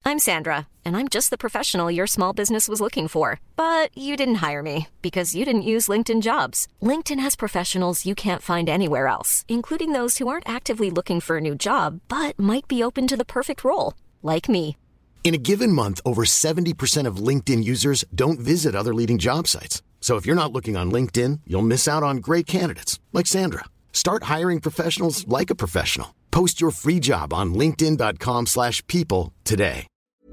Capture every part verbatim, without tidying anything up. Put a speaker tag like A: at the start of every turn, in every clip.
A: I'm Sandra, and I'm just the professional your small business was looking for. But you didn't hire me because you didn't use LinkedIn Jobs. LinkedIn has professionals you can't find anywhere else, including those who aren't actively looking for a new job, but might be open to the perfect role, like me.
B: In a given month, over seventy percent of LinkedIn users don't visit other leading job sites. So if you're not looking on LinkedIn, you'll miss out on great candidates like Sandra. Start hiring professionals like a professional. Post your free job on linkedin.com slash people today.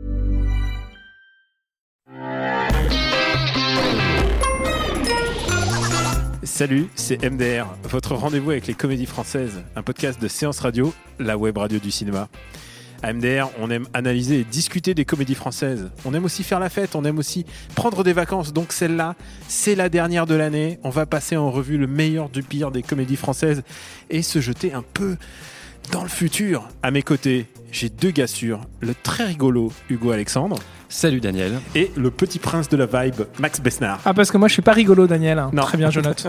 C: Salut, c'est M D R, votre rendez-vous avec les comédies françaises, un podcast de Séance Radio, la web radio du cinéma. À M D R, on aime analyser et discuter des comédies françaises. On aime aussi faire la fête, on aime aussi prendre des vacances. Donc celle-là, c'est la dernière de l'année. On va passer en revue le meilleur du pire des comédies françaises et se jeter un peu dans le futur. À mes côtés, j'ai deux gars sûrs, le très rigolo Hugo Alexandre.
D: Salut Daniel.
C: Et le petit prince de la vibe, Max Besnard.
E: Ah, parce que moi je suis pas rigolo, Daniel.
C: Non.
E: Très bien, je note.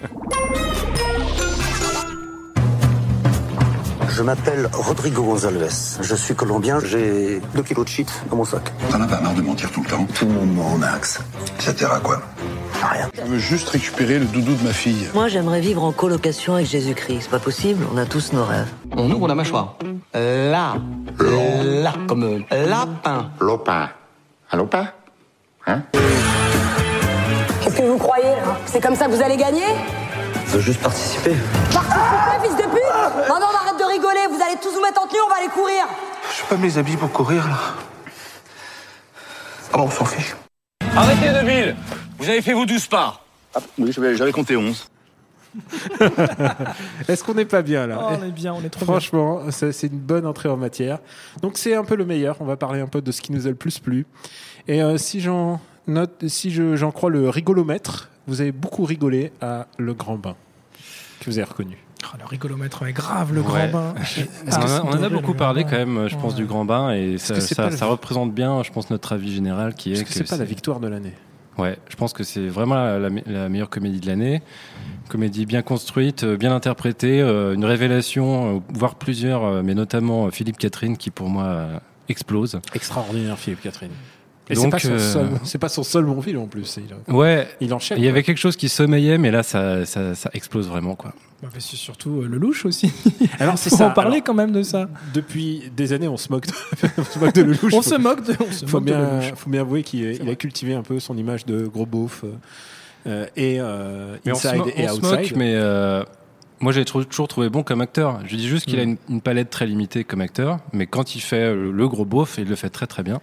F: Je m'appelle Rodrigo Gonzalez. Je suis colombien. J'ai deux kilos de shit dans mon sac.
G: T'en as pas marre de mentir tout le temps?
F: Tout le monde ment, Max.
G: Ça sert à quoi?
F: Rien.
G: Je veux juste récupérer le doudou de ma fille.
H: Moi, j'aimerais vivre en colocation avec Jésus-Christ. C'est pas possible, on a tous nos rêves.
I: On ouvre la mâchoire. Là. Là, comme euh, lapin.
G: Lopin. Un lopin? Hein?
J: Qu'est-ce que vous croyez, là? C'est comme ça que vous allez gagner?
F: Je veux juste participer.
J: Participer, fils de pute! Non, non, on arrête de rigoler, vous allez tous vous mettre en tenue, on va aller courir!
F: Je peux pas me les habiller pour courir, là. Ah bon, on s'en fiche.
I: Arrêtez de ville. Vous avez fait vos douze pas.
G: Ah, oui, j'avais, j'avais compté onze.
C: Est-ce qu'on n'est pas bien là?
E: Oh, on est bien, on est trop
C: Franchement, bien. C'est, c'est une bonne entrée en matière. Donc c'est un peu le meilleur. On va parler un peu de ce qui nous a le plus plu. Et euh, si j'en note, si je, j'en crois le rigolomètre, vous avez beaucoup rigolé à Le Grand Bain, que vous avez reconnu.
E: Oh, le rigolomètre est grave, Le
D: Ouais.
E: Grand Bain.
D: On, a, on en a beaucoup parlé quand même, je pense,
E: ouais.
D: du Grand Bain, et ça, ça,
C: le...
D: ça représente bien, je pense, notre avis général qui est
C: Est-ce
D: que,
C: que c'est, c'est pas la victoire de l'année?
D: Ouais, je pense que c'est vraiment la, la, la meilleure comédie de l'année. Comédie bien construite, bien interprétée, euh, une révélation, euh, voire plusieurs, euh, mais notamment euh, Philippe Catherine qui pour moi euh, explose.
C: Extraordinaire Philippe Catherine. Et
D: donc,
C: c'est pas son
D: euh...
C: seul, c'est pas son seul bon film en plus. Il,
D: ouais,
C: il enchaîne.
D: Il y avait quelque chose qui sommeillait, mais là ça, ça, ça explose vraiment quoi.
E: Bah, c'est surtout euh, le louche aussi.
C: Alors c'est
E: Faut
C: ça.
E: en parler
C: Alors,
E: quand même de ça.
C: Depuis des années, on se moque de, on se moque de Lelouch.
E: On
C: faut,
E: se moque de. On se
C: faut
E: moque
C: bien,
E: de Lelouch.
C: faut bien avouer qu'il il a cultivé un peu son image de gros beauf euh, et euh,
D: mais
C: Inside
D: on se,
C: et
D: on
C: Outside.
D: Se moque, mais euh, moi j'ai toujours trouvé bon comme acteur. Je dis juste qu'il
C: mm.
D: a une, une palette très limitée comme acteur, mais quand il fait le, le gros beauf, il le fait très très bien.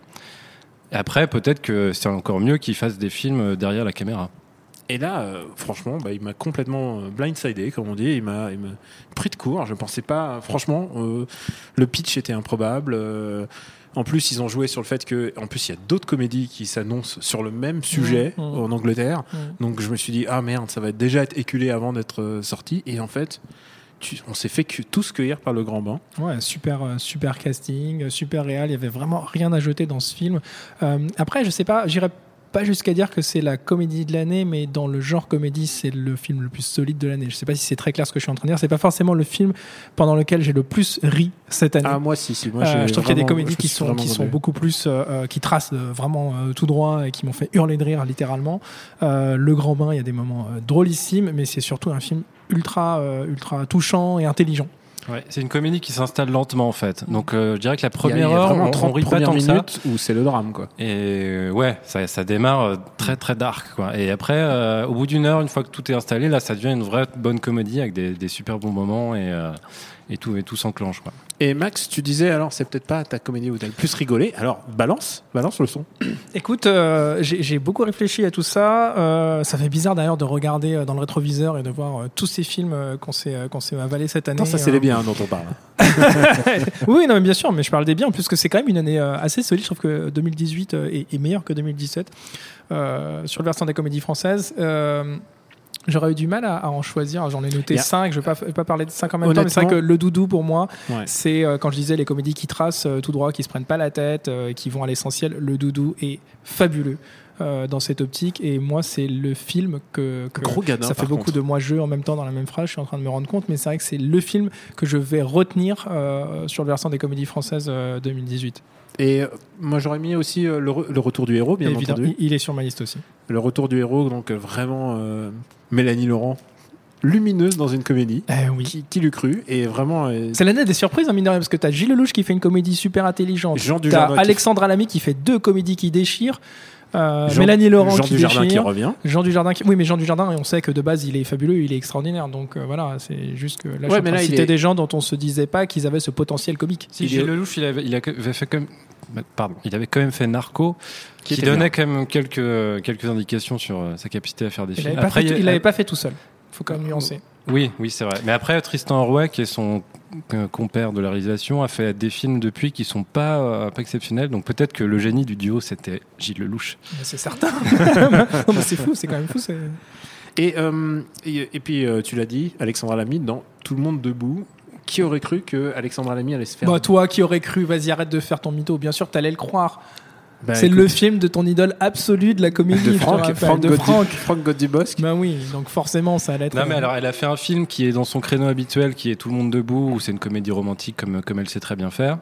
D: Et après, peut-être que c'est encore mieux qu'il fasse des films derrière la caméra.
C: Et là, euh, franchement, bah, il m'a complètement blindsidé, comme on dit. Il m'a, il m'a pris de court. Je ne pensais pas. Franchement, euh, le pitch était improbable. Euh, en plus, ils ont joué sur le fait que, en plus, il y a d'autres comédies qui s'annoncent sur le même sujet mmh, mmh. en Angleterre. Mmh. Donc, je me suis dit, ah merde, ça va déjà être éculé avant d'être euh, sorti. Et en fait, tu, on s'est fait que, tous cueillir par Le Grand Bain.
E: Ouais, super, super casting, super réal. Il y avait vraiment rien à jeter dans ce film. Euh, après, je sais pas, j'irais pas jusqu'à dire que c'est la comédie de l'année, mais dans le genre comédie, c'est le film le plus solide de l'année. Je sais pas si c'est très clair ce que je suis en train de dire. C'est pas forcément le film pendant lequel j'ai le plus ri cette année.
C: Ah, moi, si, si. Moi,
E: euh, je trouve qu'il y a des comédies qui sont, qui
C: demandé.
E: sont beaucoup plus, euh, qui tracent euh, vraiment euh, tout droit et qui m'ont fait hurler de rire, littéralement. Euh, Le Grand Bain, il y a des moments euh, drôlissimes, mais c'est surtout un film ultra, euh, ultra touchant et intelligent.
D: Ouais, c'est une comédie qui s'installe lentement en fait. Donc euh, je dirais que la première
C: il y a, il y a
D: heure,
C: vraiment
D: on,
C: trente
D: on rit pas tant que ça.
C: minutes où c'est le drame quoi.
D: Et euh, ouais, ça, ça démarre très très dark quoi. Et après, euh, au bout d'une heure, une fois que tout est installé, là, ça devient une vraie bonne comédie avec des, des super bons moments et euh, et tout et tout s'enclenche quoi.
C: Et Max, tu disais alors c'est peut-être pas ta comédie où t'as le plus rigolé. Alors balance, balance le son.
E: Écoute, euh, j'ai, j'ai beaucoup réfléchi à tout ça. Euh, ça fait bizarre d'ailleurs de regarder dans le rétroviseur et de voir euh, tous ces films euh, qu'on s'est euh, qu'on s'est avalés cette année.
C: Non, ça c'est
E: euh...
C: les biens dont on parle.
E: Oui, non, mais bien sûr, mais je parle des biens puisque c'est quand même une année euh, assez solide. Je trouve que deux mille dix-huit euh, est, est meilleur que deux mille dix-sept euh, sur le versant des comédies françaises. Euh, J'aurais eu du mal à, à en choisir. J'en ai noté cinq. Je ne vais pas, vais pas parler de cinq en même temps, mais c'est vrai que le doudou, pour moi, ouais. c'est euh, quand je disais les comédies qui tracent euh, tout droit, qui ne se prennent pas la tête, euh, qui vont à l'essentiel. Le doudou est fabuleux euh, dans cette optique. Et moi, c'est le film que. que
C: Gros gadin,
E: ça fait beaucoup
C: contre.
E: de moi-jeu en même temps dans la même phrase. Je suis en train de me rendre compte, mais c'est vrai que c'est le film que je vais retenir euh, sur le versant des comédies françaises euh, deux mille dix-huit.
C: Et euh, moi, j'aurais mis aussi euh, le, re- le retour du héros, bien
E: Évidemment,
C: entendu.
E: il est sur ma liste aussi.
C: Le retour du héros, donc euh, vraiment euh, Mélanie Laurent, lumineuse dans une comédie.
E: Eh oui.
C: Qui, qui l'eût cru. Et vraiment. euh,
E: C'est l'année des surprises, hein, mine de rien, parce que t'as Gilles Lelouch qui fait une comédie super intelligente.
C: Jean
E: T'as
C: Dujardin qui-
E: Alexandre Lamy qui fait deux comédies qui déchirent. Euh,
C: Jean-
E: Mélanie Laurent
C: Jean
E: qui
C: Dujardin
E: déchire.
C: qui revient.
E: Jean Dujardin qui... Oui, mais Jean Dujardin, on sait que de base, il est fabuleux, il est extraordinaire. Donc euh, voilà, c'est juste que là, je
C: Ouais,
E: suis en
C: mais
E: train
C: là,
E: de
C: il
E: citer
C: est-
E: des gens dont on se disait pas qu'ils avaient ce potentiel comique.
D: Si,
C: Il
D: Gilles
C: est-
D: Lelouch, il avait, il avait fait comme. Pardon, il avait quand même fait Narco, qui,
C: Qui était
D: donnait
C: bien.
D: quand même quelques, quelques indications sur euh, sa capacité à faire des
E: Il
D: films.
E: l'avait pas,
D: Après,
E: fait,
D: il y a-
E: il l'avait pas fait tout seul. Faut quand même nuancer.
D: Oui, oui, c'est vrai. Mais après, Tristan Roy, qui est son euh, compère de la réalisation, a fait des films depuis qui sont pas, euh, pas exceptionnels. Donc peut-être que le génie du duo, c'était Gilles Lelouch.
E: Mais c'est certain. Non, mais c'est fou, c'est quand même fou. C'est...
C: Et, euh, et, et puis, euh, tu l'as dit, Alexandra Lamy, dans Tout le monde debout. Qui aurait cru que Alexandra Lamy allait se faire.
E: Bah, toi qui aurais cru, vas-y, arrête de faire ton mytho. Bien sûr, t'allais le croire.
C: Bah,
E: c'est
C: écoute,
E: le film de ton idole absolue de la comédie.
C: de
E: je te
C: Franck,
E: rappelle,
C: Franck,
E: de
C: Goddi-
E: Franck.
C: Franck Godibosc.
E: Bah oui, donc forcément, ça allait être.
D: Non, mais alors, elle a fait un film qui est dans son créneau habituel, qui est Tout le monde debout, où c'est une comédie romantique comme, comme elle sait très bien faire.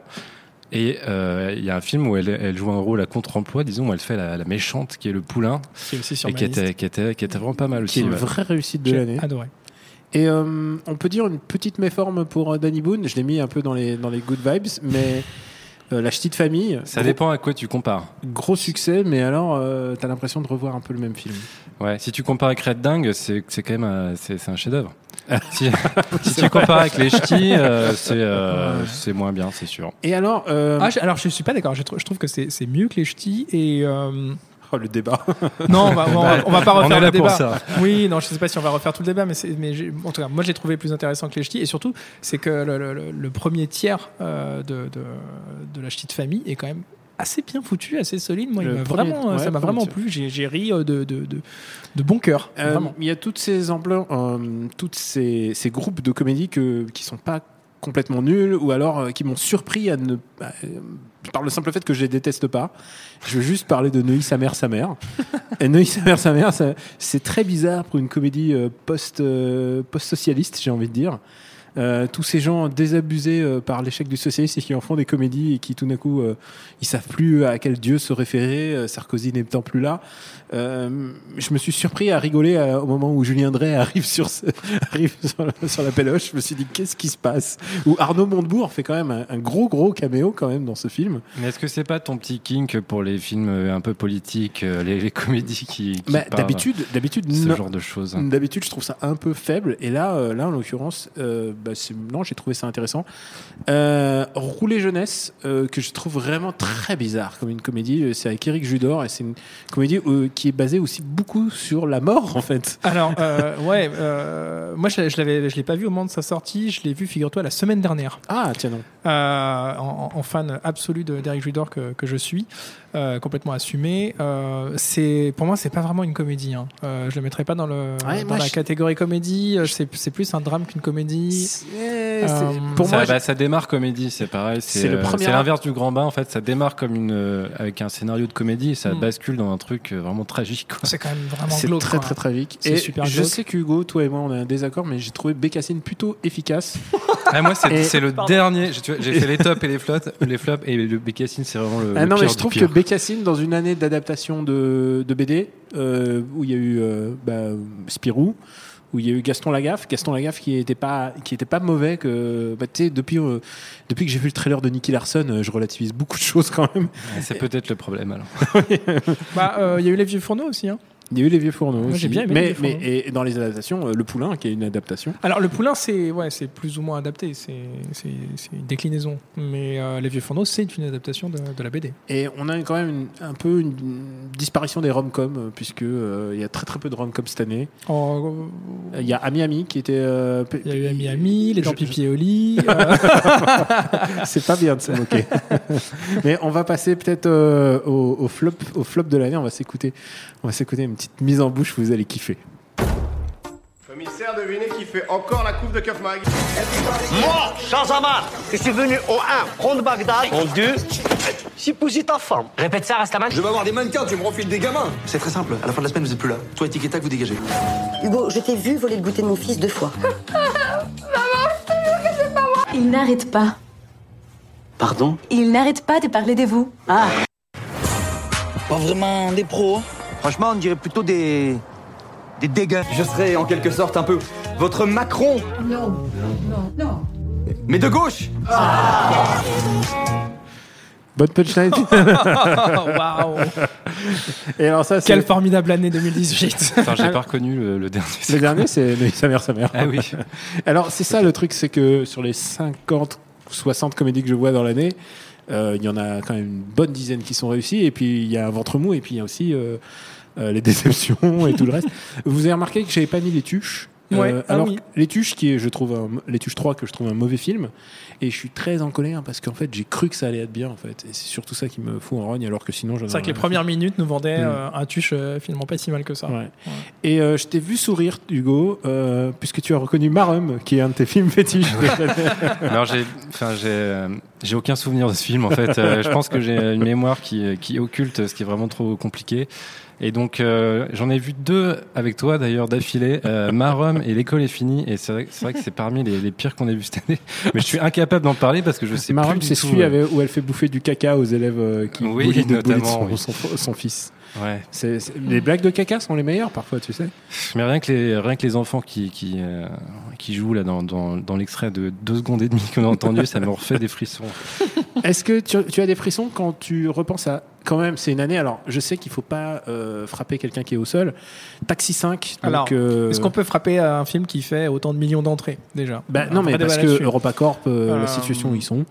D: Et euh, il y a un film où elle, elle joue un rôle à contre-emploi, disons, où elle fait la, la méchante, qui est le poulain,
E: Qui est aussi sur
D: et
E: ma
D: qui
E: liste.
D: était, qui, était, qui était vraiment pas mal
C: Qui est
D: aussi.
C: une
D: ouais.
C: vraie réussite de
E: J'ai
C: l'année.
E: adoré.
C: Et euh, on peut dire une petite méforme pour euh, Danny Boone. Je l'ai mis un peu dans les, dans les good vibes, mais euh, La Ch'ti de famille.
D: Ça
C: gros,
D: dépend à quoi tu compares.
C: Gros succès, mais alors euh, t'as l'impression de revoir un peu le même film.
D: Ouais, si tu compares avec Red Dingue, c'est, c'est quand même euh, c'est, c'est un chef-d'œuvre. si si tu compares avec les ch'tis, euh, c'est, euh, c'est moins bien, c'est sûr.
C: Et alors, euh,
E: Ah, je- alors je suis pas d'accord. Je, trou- je trouve que c'est, c'est mieux que les ch'tis et. euh,
C: oh, le débat.
E: Non, on va, on va, on va pas
D: On
E: refaire
D: est là
E: le
D: pour
E: débat.
D: ça.
E: Oui, non, je sais pas si on va refaire tout le débat, mais, c'est, mais j'ai- en tout cas, moi j'ai trouvé plus intéressant que les ch'tis et surtout, c'est que le, le- le- le premier tiers euh, de, de, de la ch'ti de famille est quand même assez bien foutu, assez solide. Moi, il
C: Le
E: m'a
C: premier-
E: vraiment,
C: ouais,
E: ça m'a
C: premier
E: vraiment
C: tiers.
E: plu. J'ai, j'ai ri euh, de, de, de, de bon cœur.
C: Euh,
E: Vraiment.
C: Il y a toutes ces emblems, euh, toutes ces, ces groupes de comédie que, qui sont pas complètement nuls ou alors euh, qui m'ont surpris à ne euh, par le simple fait que je les déteste pas. Je veux juste parler de Neuilly sa mère sa mère. Et Neuilly sa mère sa mère, ça- c'est très bizarre pour une comédie euh, post euh, post-socialiste, j'ai envie de dire. Euh, tous ces gens désabusés euh, par l'échec du socialisme et qui en font des comédies et qui tout d'un coup euh, ils savent plus à quel dieu se référer, euh, Sarkozy n'étant plus là. Euh, je me suis surpris à rigoler euh, au moment où Julien Drey arrive sur ce, arrive sur, la- sur la péloche. Je me suis dit qu'est-ce qui se passe. Où Arnaud Montebourg fait quand même un, un gros gros caméo quand même dans ce film.
D: Mais est-ce que c'est pas ton petit kink pour les films un peu politiques, euh, les, les comédies qui, qui
C: Bah,
D: parlent
C: d'habitude, d'habitude,
D: ce
C: non.
D: genre de choses?
C: D'habitude, je trouve ça un peu faible. Et là, euh, là en l'occurrence, euh, bah, c'est, non, j'ai trouvé ça intéressant. Euh, Rouler jeunesse, euh, que je trouve vraiment très bizarre comme une comédie. C'est avec Éric Judor et c'est une comédie euh, qui est basée aussi beaucoup sur la mort, en fait.
E: Alors, euh, ouais, euh, moi je, je l'avais, je l'ai pas vu au moment de sa sortie. Je l'ai vu, figure-toi, la semaine dernière.
C: Ah, tiens non.
E: Euh, en, en fan absolu de, d'Éric Judor que, que je suis, euh, complètement assumé. Euh, c'est, pour moi, c'est pas vraiment une comédie. Hein. Euh, je le mettrais pas dans, le,
C: Ouais,
E: dans
C: moi,
E: la
C: je-
E: catégorie comédie. C'est, c'est plus un drame qu'une comédie.
C: C'est-
E: Euh,
C: c'est- pour
D: ça,
C: moi,
D: bah, ça démarre comédie, c'est pareil. C'est,
C: C'est le
D: euh,
C: premier
D: c'est
C: acte.
D: l'inverse du grand bain, en fait. Ça démarre comme une, euh, avec un scénario de comédie et ça
E: Mm.
D: bascule dans un truc euh, vraiment tragique, quoi.
E: C'est quand même vraiment
C: c'est
E: glauque.
C: très
E: quoi.
C: très tragique.
E: C'est
C: Et
E: super
C: je
E: glauque.
C: sais qu'Hugo, toi et moi, on a un désaccord, mais j'ai trouvé Bécassine plutôt efficace.
D: Ah, moi, c'est,
C: Et-
D: c'est le
E: Pardon.
D: dernier. J'ai, tu vois, j'ai fait les tops et les flops, les flops et le Bécassine, c'est vraiment le,
C: Ah
D: le
C: non,
D: pire
C: mais je
D: du
C: trouve
D: pire.
C: que Bécassine, dans une année d'adaptation de, de B D, euh, où il y a eu euh, bah, Spirou, où il y a eu Gaston Lagaffe, Gaston Lagaffe qui était pas qui était pas mauvais que bah, tu sais depuis euh, depuis que j'ai vu le trailer de Nicky Larson, euh, je relativise beaucoup de choses quand même.
D: Ouais, c'est peut-être le problème, alors.
E: Bah, euh, il y a eu Les Vieux Fourneaux aussi. Hein.
C: Il y a eu Les Vieux Fourneaux
E: Moi,
C: aussi.
E: j'ai bien aimé
C: mais,
E: Les Vieux
C: mais
E: Fourneaux.
C: et dans les adaptations, euh, Le Poulain qui est une adaptation.
E: Alors, Le Poulain, c'est, ouais, c'est plus ou moins adapté. C'est, c'est, c'est une déclinaison. Mais euh, Les Vieux Fourneaux, c'est une adaptation de, de la B D.
C: Et on a quand même une- un peu une disparition des rom-coms euh, puisque euh, il y a très très peu de rom-coms cette année.
E: En-
C: Il y a Ami Ami qui était euh,
E: Il y a eu Ami Ami, Les Dents
C: Je-
E: Pipi et au lit. euh,
C: C'est pas bien de se moquer. Mais on va passer peut-être euh, au, au flop, au flop de l'année. On va s'écouter, on va s'écouter une petite mise en bouche. Vous allez kiffer.
K: Commissaire, devinez qui fait encore la coupe de Keuf Mag.
I: Moi, Shahzaman, je suis venu au un, prendre Bagdad, en deux, j'épouser ta femme.
H: Répète ça, Rastaman.
K: Je vais avoir des mannequins, tu me refiles des gamins.
F: C'est très simple. À la fin de la semaine, vous êtes plus là. Toi et Tic et Tac, vous dégagez.
J: Hugo, je t'ai vu voler le goûter de mon fils deux fois.
L: Il n'arrête pas.
F: Pardon?
J: Il n'arrête pas de parler de vous.
F: Ah. Pas vraiment des pros. Franchement, on dirait plutôt des... des dégâts.
L: Je serais en quelque sorte un peu votre Macron.
J: Non, non, non.
L: Mais de gauche.
J: Ah.
C: Bonne punchline.
E: Waouh.
C: Et alors ça, c'est...
E: Quelle formidable année deux mille dix-huit.
D: Enfin, j'ai pas reconnu le, le dernier.
C: Le dernier, c'est oui, sa mère, sa mère.
D: Ah oui.
C: Alors c'est ça le truc, c'est que sur les cinquante, soixante comédies que je vois dans l'année, euh, il y en a quand même une bonne dizaine qui sont réussies. Et puis il y a un ventre mou, et puis il y a aussi euh, euh, les déceptions et tout le reste. Vous avez remarqué que j'avais pas mis Les Tuches.
E: Ouais,
C: euh,
E: ah
C: alors
E: oui.
C: Les Tuches, qui est, je trouve, un, Les Tuches trois, que je trouve un mauvais film, et je suis très en colère parce qu'en fait j'ai cru que ça allait être bien en fait, et c'est surtout ça qui me fout en rogne, alors que sinon j'en ai
E: C'est vrai que les
C: rien
E: premières
C: fait.
E: minutes nous vendaient
C: Mm.
E: euh, un tuche euh, finalement pas si mal que ça.
C: Ouais. Ouais. Et euh, je t'ai vu sourire, Hugo, euh, puisque tu as reconnu Marum, qui est un de tes films fétiches.
D: Alors j'ai, enfin j'ai, euh, j'ai aucun souvenir de ce film en fait. Euh, je pense que j'ai une mémoire qui qui occulte ce qui est vraiment trop compliqué. Et donc euh, j'en ai vu deux avec toi d'ailleurs d'affilée, euh, Marum et L'école est finie. Et c'est vrai, c'est vrai que c'est parmi les, les pires qu'on ait vu cette année. Mais je suis incapable d'en parler parce que je sais
C: Marum,
D: plus du
C: c'est
D: tout.
C: celui
D: euh,
C: avec- où elle fait bouffer du caca aux élèves euh, qui
D: Oui,
C: bully de bully
D: notamment,
C: son,
D: oui.
C: son, son fils.
D: Ouais.
C: C'est, c'est- les blagues de caca sont les meilleures parfois, tu sais.
D: Mais rien que les, rien que les enfants qui, qui, euh, qui jouent là dans, dans, dans l'extrait de deux secondes et demie qu'on a entendu, ça me refait des frissons.
C: Est-ce que tu, tu as des frissons quand tu repenses à... Quand même, c'est une année. Alors, je sais qu'il faut pas euh, frapper quelqu'un qui est au sol. Taxi cinq. Donc,
E: Alors,
C: euh,
E: est-ce qu'on peut frapper à un film qui fait autant de millions d'entrées déjà?
C: bah,
E: Un
C: non,
E: vrai
C: mais parce
E: débat
C: que
E: là-dessus.
C: EuropaCorp, euh,
E: Euh,
C: la situation où ils sont.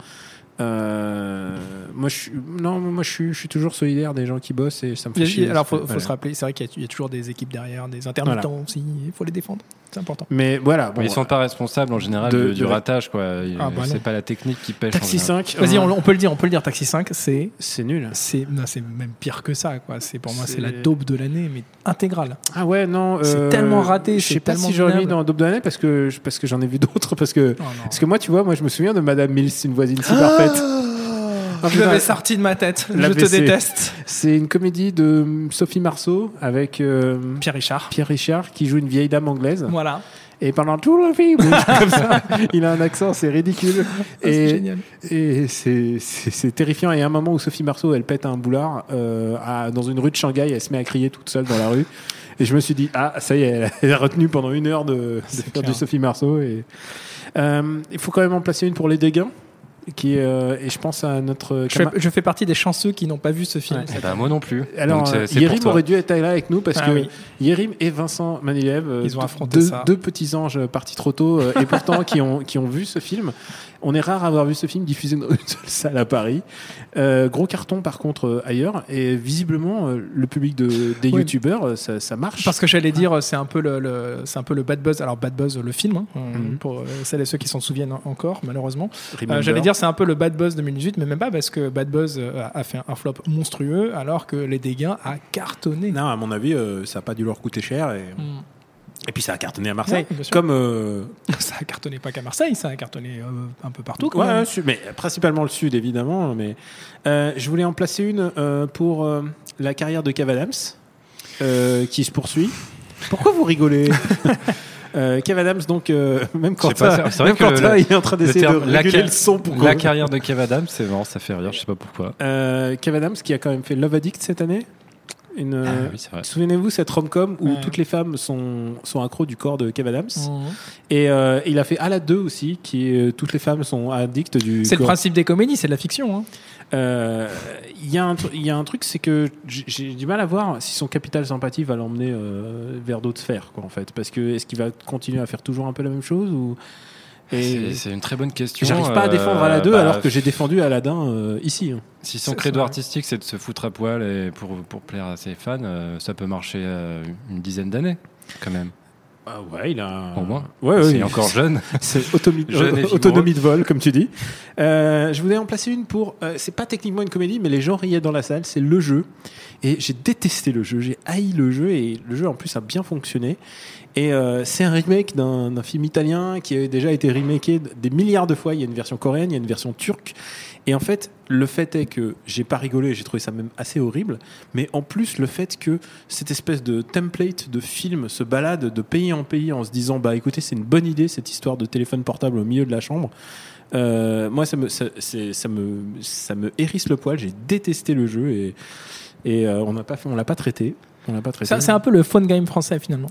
C: Euh, moi, je suis, non, moi, je suis, je suis toujours solidaire des gens qui bossent et ça me fait
E: Il y a-
C: chier.
E: Alors, faut, faut
C: Voilà.
E: se rappeler, c'est vrai qu'il y a, il y a toujours des équipes derrière, des intermittents
C: Voilà.
E: aussi. Il faut les défendre. C'est important.
C: Mais voilà. Bon,
D: Mais ils sont pas responsables en général
C: de-
D: de- du
C: de-
D: ratage, quoi.
E: Ah, bah
D: c'est
E: non.
D: pas la technique qui pêche. en
C: Taxi
D: général.
C: cinq.
E: Vas-y,
C: euh,
E: on, on peut le dire, on peut le dire. Taxi cinq, c'est,
C: c'est nul.
E: c'est, non, c'est même pire que ça, quoi. C'est pour moi, c'est,
C: C'est-
E: la daube de l'année, mais intégrale.
C: Ah ouais, non.
E: C'est
C: euh,
E: tellement raté,
C: Je
E: c'est
C: sais pas
E: tellement
C: si j'aurais mis
E: minable.
C: dans Daube de l'année parce que, parce que j'en ai vu d'autres. Parce que,
E: Oh, non.
C: parce que moi, tu vois, moi, je me souviens de Madame Mills, une voisine si parfaite. Ah,
E: Je
C: putain,
E: l'avais sorti de ma tête.
C: l'A
E: Je
C: B
E: te
C: C.
E: déteste.
C: C'est une comédie de Sophie Marceau avec euh,
E: Pierre Richard.
C: Pierre Richard qui joue une vieille dame anglaise.
E: Voilà.
C: Et pendant tout le film, comme ça, il a un accent, c'est ridicule.
E: Ah, c'est
C: et
E: génial.
C: et c'est, c'est, c'est terrifiant. Et à un moment où Sophie Marceau, elle pète un boulard euh, à- dans une rue de Shanghai, elle se met à crier toute seule dans la rue. Et je me suis dit, ah, ça y est, elle a- elle a retenu pendant une heure de, de
E: C'est
C: faire
E: clair.
C: du Sophie Marceau. Et, euh, il faut quand même en placer une pour Les Dégains. Qui, euh, et je pense à notre
E: Je fais,
C: cama-
E: je fais partie des chanceux qui n'ont pas vu ce film.
C: Ouais.
D: Eh ben, moi non plus.
C: Alors,
D: Donc, c'est,
C: euh,
D: c'est pour
C: Yérim
D: toi.
C: aurait dû être là avec nous parce
E: Ah
C: que
E: oui.
C: Yérim et Vincent Manilev, euh,
E: Ils ont
C: deux-
E: affronté
C: deux,
E: ça.
C: deux petits anges partis trop tôt euh, et pourtant qui ont, qui ont vu ce film. On est rare à avoir vu ce film diffusé dans une seule salle à Paris. Euh, gros carton par contre euh, ailleurs et visiblement euh, le public de, des
E: Oui.
C: youtubeurs euh, ça, ça marche.
E: Parce que j'allais dire, c'est un peu le, le- c'est un peu le bad buzz. Alors bad buzz, le film, hein,
C: Mhm.
E: pour euh, celles et ceux qui s'en souviennent en- encore, malheureusement.
C: Remember.
E: Euh, j'allais dire, c'est un peu le bad buzz deux mille dix-huit, mais même pas parce que bad buzz euh, a a fait un flop monstrueux, alors que Les Dégains a cartonné.
C: Non, à mon avis, euh, ça a pas dû leur coûter cher et,
E: Mm.
C: et puis ça a cartonné à Marseille.
E: Ouais, bien sûr.
C: Comme euh,
E: Ça a cartonné pas qu'à Marseille, ça a cartonné euh, un peu partout. Quand
C: Ouais,
E: même.
C: ouais, su- mais principalement le sud évidemment. Mais euh, je voulais en placer une euh, pour euh, la carrière de Kev Adams euh, qui se poursuit. Pourquoi vous rigolez? Euh, Kev Adams, donc, euh, même quand
D: Je sais pas,
C: ça-
D: c'est- c'est vrai
C: même
D: que
C: quand
D: le-
C: ça, il est en train
D: Le
C: d'essayer de
D: terme- la
C: réguler
D: ca-
C: le son pour
D: La
C: qu'on-
D: carrière de Kev Adams, c'est marrant, ça fait rire, je sais pas pourquoi.
C: Euh, Kev Adams qui a quand même fait Love Addict cette année. Une, euh,
D: Ah oui, c'est vrai.
C: Souvenez-vous cette rom-com où
E: Ouais.
C: toutes les femmes sont, sont accros du corps de Kev Adams.
E: Mhm.
C: Et euh, il a fait À la deux aussi, qui est euh, toutes les femmes sont addictes du
E: C'est le
C: corps.
E: principe des comédies, c'est de la fiction. Hein.
C: Euh, Il y, a un tr- il y a un truc, c'est que j'ai j'ai du mal à voir si son capital sympathie va l'emmener euh, vers d'autres sphères, quoi, en fait. Parce que est-ce qu'il va continuer à faire toujours un peu la même chose ou... Et
D: C'est, c'est une très bonne question.
C: j'arrive pas à défendre
D: Euh,
C: Aladdin
D: bah,
C: alors que j'ai défendu Aladdin euh, ici. hein.
D: Si son
E: C'est
D: credo
E: ça.
D: artistique c'est de se foutre à poil et pour, pour plaire à ses fans, euh, ça peut marcher euh, une dizaine d'années quand même.
C: Ah ouais, il a.
D: Au moins.
C: Ouais, ouais,
D: C'est
C: il-
D: encore jeune.
C: C'est automi-
D: Jeune et vigoureux.
C: autonomie de vol, comme tu dis. Euh, je voulais en placer une pour. Euh, c'est pas techniquement une comédie, mais les gens riaient dans la salle. C'est Le Jeu. Et j'ai détesté le jeu. J'ai haï le jeu. Et le jeu, en plus, a bien fonctionné. Et euh, c'est un remake d'un, d'un film italien qui a déjà été remaké des milliards de fois. Il y a une version coréenne, il y a une version turque. Et en fait, le fait est que j'ai pas rigolé, j'ai trouvé ça même assez horrible. Mais en plus, le fait que cette espèce de template de film se balade de pays en pays en se disant bah écoutez, c'est une bonne idée cette histoire de téléphone portable au milieu de la chambre. Euh, moi, ça me, ça, c'est, ça me, ça me hérisse le poil. J'ai détesté le jeu et, et euh, on n'a pas, on l'a pas traité. On l'a pas traité.
E: Ça, c'est un peu le phone game français finalement.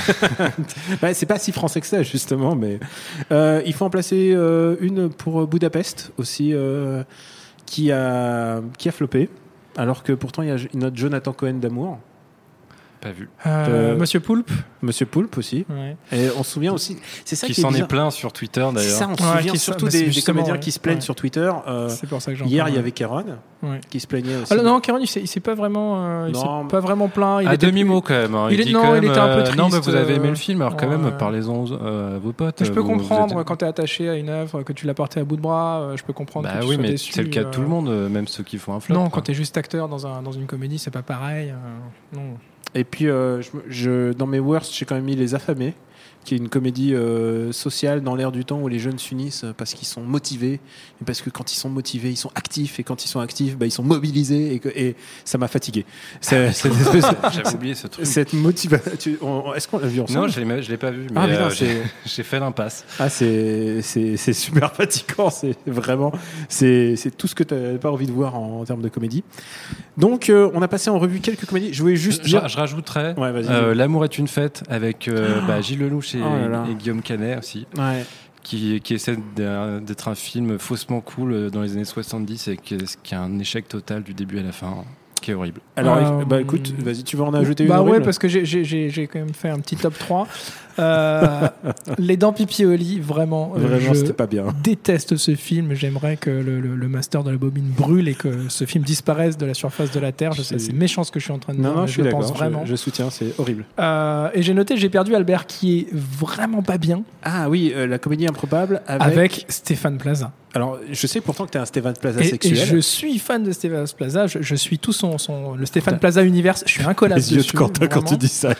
C: bah, c'est pas si français que ça justement, mais euh, il faut en placer euh, une pour Budapest aussi, euh, qui a, qui a floppé, alors que pourtant il y a notre Jonathan Cohen d'amour.
D: Pas vu.
E: Euh, euh, Monsieur Poulpe.
C: Monsieur Poulpe aussi.
E: Ouais.
C: Et on se souvient aussi. C'est ça
D: qui,
C: qui
D: s'en
C: est,
D: est plein sur Twitter d'ailleurs.
C: C'est ça, on se
E: ouais,
C: souvient surtout des, des comédiens ouais. qui se plaignent ouais. sur Twitter. Euh,
E: c'est pour ça que j'en
C: hier,
E: parle,
C: il y
E: ouais.
C: avait Kéron
E: ouais.
C: qui se plaignait aussi.
E: Alors, non, Kéron, il s'est, il s'est pas vraiment, euh, il s'est pas vraiment plaint. Il
D: à
E: était
D: demi-mot quand même. Hein.
E: Il,
D: il
E: est,
D: dit
E: non,
D: quand même,
E: il était un peu triste.
D: Non, mais vous avez aimé le film, alors quand
E: ouais.
D: même, parlez-en euh, à vos potes.
E: Je peux
D: vous,
E: comprendre
D: vous êtes...
E: quand t'es attaché à une œuvre, que tu l'as portée à bout de bras. Je peux comprendre.
D: Bah
E: que tu
D: oui,
E: sois
D: mais
E: déçu,
D: c'est le cas de tout le monde, même ceux qui font un flop.
E: Non, quand t'es juste acteur dans un dans une comédie, c'est pas pareil. Non.
C: Et puis, euh, je, je, dans mes worst, j'ai quand même mis Les Affamés, qui est une comédie euh, sociale dans l'ère du temps où les jeunes s'unissent parce qu'ils sont motivés, et parce que quand ils sont motivés, ils sont actifs, et quand ils sont actifs, bah, ils sont mobilisés, et, que, et ça m'a fatigué. C'est, cette espèce,
D: J'avais oublié ce truc.
C: Cette motivation. Est-ce qu'on l'a vu ensemble ?
D: Non, je l'ai, je l'ai pas vu, mais
C: ah, mais non,
D: euh, j'ai, j'ai fait l'impasse.
C: Ah, c'est, c'est, c'est super fatigant, c'est vraiment, c'est, c'est tout ce que tu n'as pas envie de voir en, en termes de comédie. Donc, euh, on a passé en revue quelques comédies. Je voulais juste
D: je,
C: dire...
D: je rajouterais
C: ouais,
D: euh, L'amour est une fête avec euh, bah, Gilles Lelouch et,
C: oh
D: et Guillaume Canet aussi,
C: ouais.
D: qui, qui essaie d'être un film faussement cool dans les années soixante-dix et qui est, qui est un échec total du début à la fin, qui est horrible.
C: Alors,
E: euh,
C: bah écoute, vas-y, tu veux en ajouter
E: bah
C: une
E: ouais,
C: horrible
E: parce que j'ai, j'ai, j'ai quand même fait un petit top trois. Euh, les Dents Pipi au lit, vraiment,
C: vraiment
E: je
C: c'était pas bien.
E: déteste ce film. J'aimerais que le, le, le master de la bobine brûle et que ce film disparaisse de la surface de la Terre. Je sais, c'est méchant ce que je suis en train de
C: non,
E: dire,
C: non,
E: mais
C: je,
E: je
C: suis
E: pense
C: d'accord,
E: vraiment.
C: Je, je soutiens, c'est horrible.
E: Euh, et j'ai noté, j'ai perdu Albert, qui est vraiment pas bien.
C: Ah oui, euh, la comédie improbable avec...
E: avec Stéphane Plaza.
C: Alors, je sais pourtant que tu es un Stéphane Plaza
E: et,
C: sexuel.
E: Et je suis fan de Stéphane Plaza. Je, je suis tout son, son le Stéphane Plaza Universe. Je suis un collab dessus.
C: Les yeux de Quentin quand tu dis ça.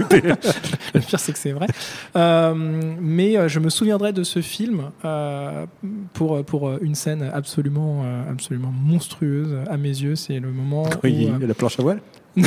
E: Le pire, c'est que c'est vrai. Euh, mais euh, je me souviendrai de ce film euh, pour pour une scène absolument euh, absolument monstrueuse à mes yeux. C'est le moment
C: quand
E: où
C: il
E: euh,
C: y a la planche à voile.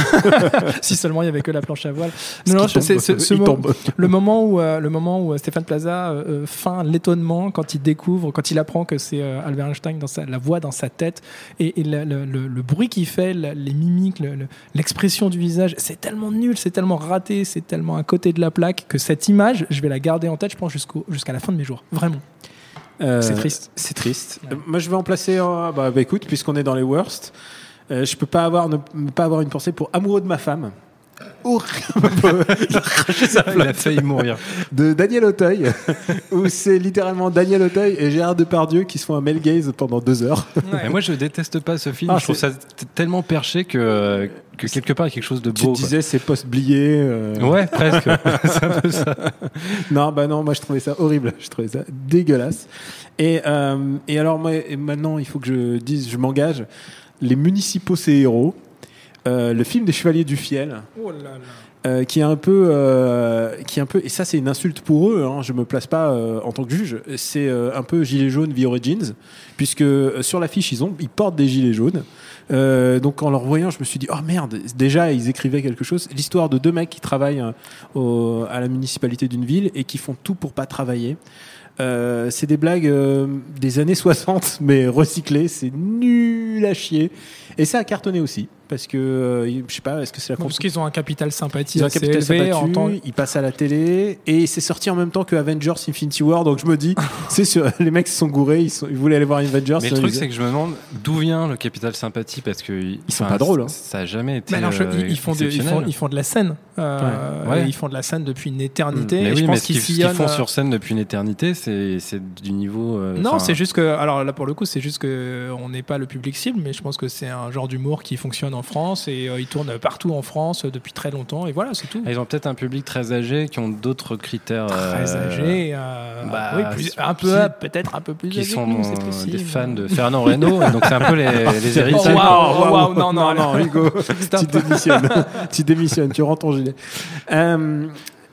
E: Si seulement il y avait que la planche à voile. Non, non, c'est, c'est, ce mo- le moment où euh, le moment où Stéphane Plaza euh, feint l'étonnement quand il découvre, quand il apprend que c'est euh, Albert Einstein dans sa, la voix dans sa tête et, et le, le, le, le bruit qu'il fait, la, les mimiques, le, le, l'expression du visage, c'est tellement nul, c'est tellement raté, c'est tellement à côté de la plaque que cette image, je vais la garder en tête, je pense jusqu'au, jusqu'à la fin de mes jours, vraiment. Euh, c'est triste.
C: C'est triste. Ouais. Euh, moi, je vais en placer. Euh, bah, bah écoute, puisqu'on est dans les worst. Euh, je peux pas avoir ne, ne pas avoir une pensée pour Amoureux de ma femme. Horrible.
D: Il a failli mourir.
C: De Daniel Auteuil, où c'est littéralement Daniel Auteuil et Gérard Depardieu qui se font un male gaze pendant deux heures.
D: Ouais. Moi, je déteste pas ce film.
C: Ah,
D: je trouve ça t- tellement perché que, que quelque part, il y a quelque chose de beau.
C: Tu te disais, quoi. C'est post-blié. Euh...
D: Ouais, presque. C'est un peu ça.
C: Non, bah non, moi, je trouvais ça horrible. Je trouvais ça dégueulasse. Et, euh, et alors, moi, et maintenant, il faut que je dise, je m'engage. Les municipaux, c'est héros. Euh, le film des Chevaliers du Fiel.
E: Oh là là.
C: Euh, qui est un peu, euh, qui est un peu, et ça c'est une insulte pour eux. Hein, je me place pas euh, en tant que juge. C'est euh, un peu gilet jaune v Origins, puisque euh, sur l'affiche ils ont, ils portent des gilets jaunes. Euh, donc en leur voyant, je me suis dit oh merde. Déjà ils écrivaient quelque chose. L'histoire de deux mecs qui travaillent euh, au, à la municipalité d'une ville et qui font tout pour pas travailler. Euh, c'est des blagues euh, des années soixante, mais recyclées. C'est nul à chier. Et ça a cartonné aussi. Parce que, euh, je sais pas, est-ce que c'est la
E: bon, Parce qu'ils ont un capital sympathie
C: ils ont un
E: assez
C: capital
E: élevé
C: sympathie,
E: en tant...
C: ils passent à la télé, et c'est sorti en même temps que Avengers Infinity War, donc je me dis, c'est sûr, les mecs se sont gourés, ils, sont, ils voulaient aller voir Avengers.
D: Mais le truc, c'est que je me demande d'où vient le capital sympathie, parce que ils
C: sont pas drôles. Hein.
D: Ça a jamais été.
E: Alors, je,
D: euh,
E: ils, font de, ils, font, ils font de la scène. Euh,
D: ouais. Ouais.
E: Ils font de la scène depuis une éternité.
D: Mais
E: et
D: oui,
E: je
D: mais
E: pense
D: ce qu'ils,
E: qu'ils
D: ce qu'ils font sur scène depuis une éternité, c'est, c'est du niveau. Euh,
E: non, c'est juste que. Alors là, pour le coup, c'est juste qu'on n'est pas le public cible, mais je pense que c'est un genre d'humour qui fonctionne en France et euh, il tourne partout en France depuis très longtemps, et voilà, c'est tout.
D: Ils ont peut-être un public très âgé qui ont d'autres critères.
E: Très
D: euh,
E: âgé, euh,
D: bah,
E: oui, plus, un peu,
D: qui,
E: peut-être un peu plus
D: qui
E: âgé
D: sont
E: que nous, c'est possible.
D: Des fans de Fernand Reynaud, donc c'est un peu les, les héritiers.
E: Oh, waouh, wow, wow, non, non,
C: non, Hugo, tu démissionnes, tu démissionnes, tu rends ton gilet. Euh,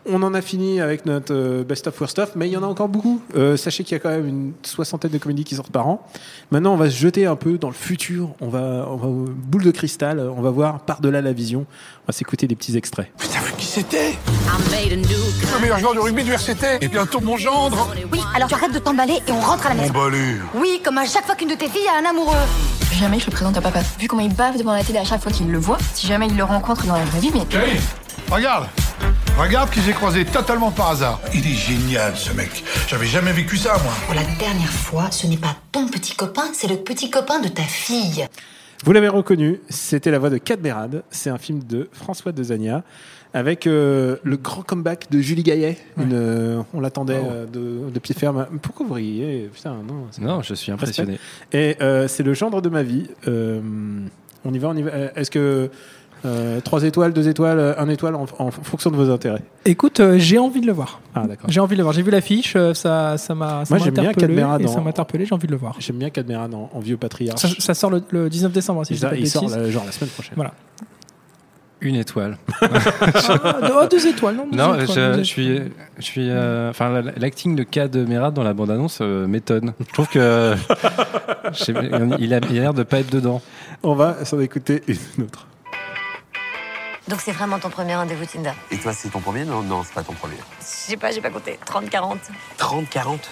C: On en a fini avec notre euh, best of worst of, mais il y en a encore beaucoup. Euh, sachez qu'il y a quand même une soixantaine de comédies qui sortent par an. Maintenant, on va se jeter un peu dans le futur. On va, on va boule de cristal. On va voir par-delà la vision. On va s'écouter des petits extraits.
M: Putain, vu qui c'était? Le meilleur joueur de rugby de l'U R C T. Et bientôt mon gendre.
J: Oui, alors tu arrêtes de t'emballer et on rentre à la maison.
M: Emballer.
J: Oui, comme à chaque fois qu'une de tes filles a un amoureux.
N: Jamais je le présente à papa. Vu comment il bave devant la télé à chaque fois qu'il le voit, si jamais il le rencontre dans la vraie vie, mais...
M: Hey, regarde. Regarde qui j'ai croisé totalement par hasard. Il est génial, ce mec. J'avais jamais vécu ça, moi.
O: Pour la dernière fois, ce n'est pas ton petit copain, c'est le petit copain de ta fille.
C: Vous l'avez reconnu, c'était la voix de Cadmerade. C'est un film de François Dezania avec euh, le grand comeback de Julie Gaillet. Ouais. Une, euh, on l'attendait oh. euh, de, de pied ferme. Pourquoi vous riez? Putain, non,
D: non, je suis impressionné.
C: Et euh, c'est le gendre de ma vie. Euh, on y va, on y va. Est-ce que Euh, trois étoiles, deux étoiles, un étoile en, en fonction de vos intérêts?
E: Écoute, euh, j'ai envie de le voir.
C: Ah, d'accord.
E: J'ai envie de le voir. J'ai vu l'affiche, euh, ça, ça m'a, ça
C: Moi,
E: m'a
C: j'aime
E: interpellé.
C: Bien Cadmerade
E: et ça
C: en...
E: m'a interpellé, j'ai envie de le voir.
C: J'aime bien Cadmerade en, en vieux patriarche.
E: Ça, ça sort le, le dix-neuf décembre, si
C: il
E: je dis pas de
C: il sort
E: bêtises.
C: la, genre la semaine prochaine.
E: Voilà.
D: Une étoile.
E: ah, oh, deux étoiles, non deux
D: Non,
E: étoiles,
D: je,
E: deux
D: je suis, je suis, enfin, euh, l'acting de Cadmerade dans la bande-annonce euh, m'étonne. Je trouve que je sais, il a, il a l'air de pas être dedans.
C: On va s'en écouter une autre.
O: Donc c'est vraiment ton premier rendez-vous Tinder?
P: Et toi, c'est ton premier? Non, non, c'est pas ton premier.
O: Je sais pas, j'ai pas compté. trente quarante.
P: trente quarante?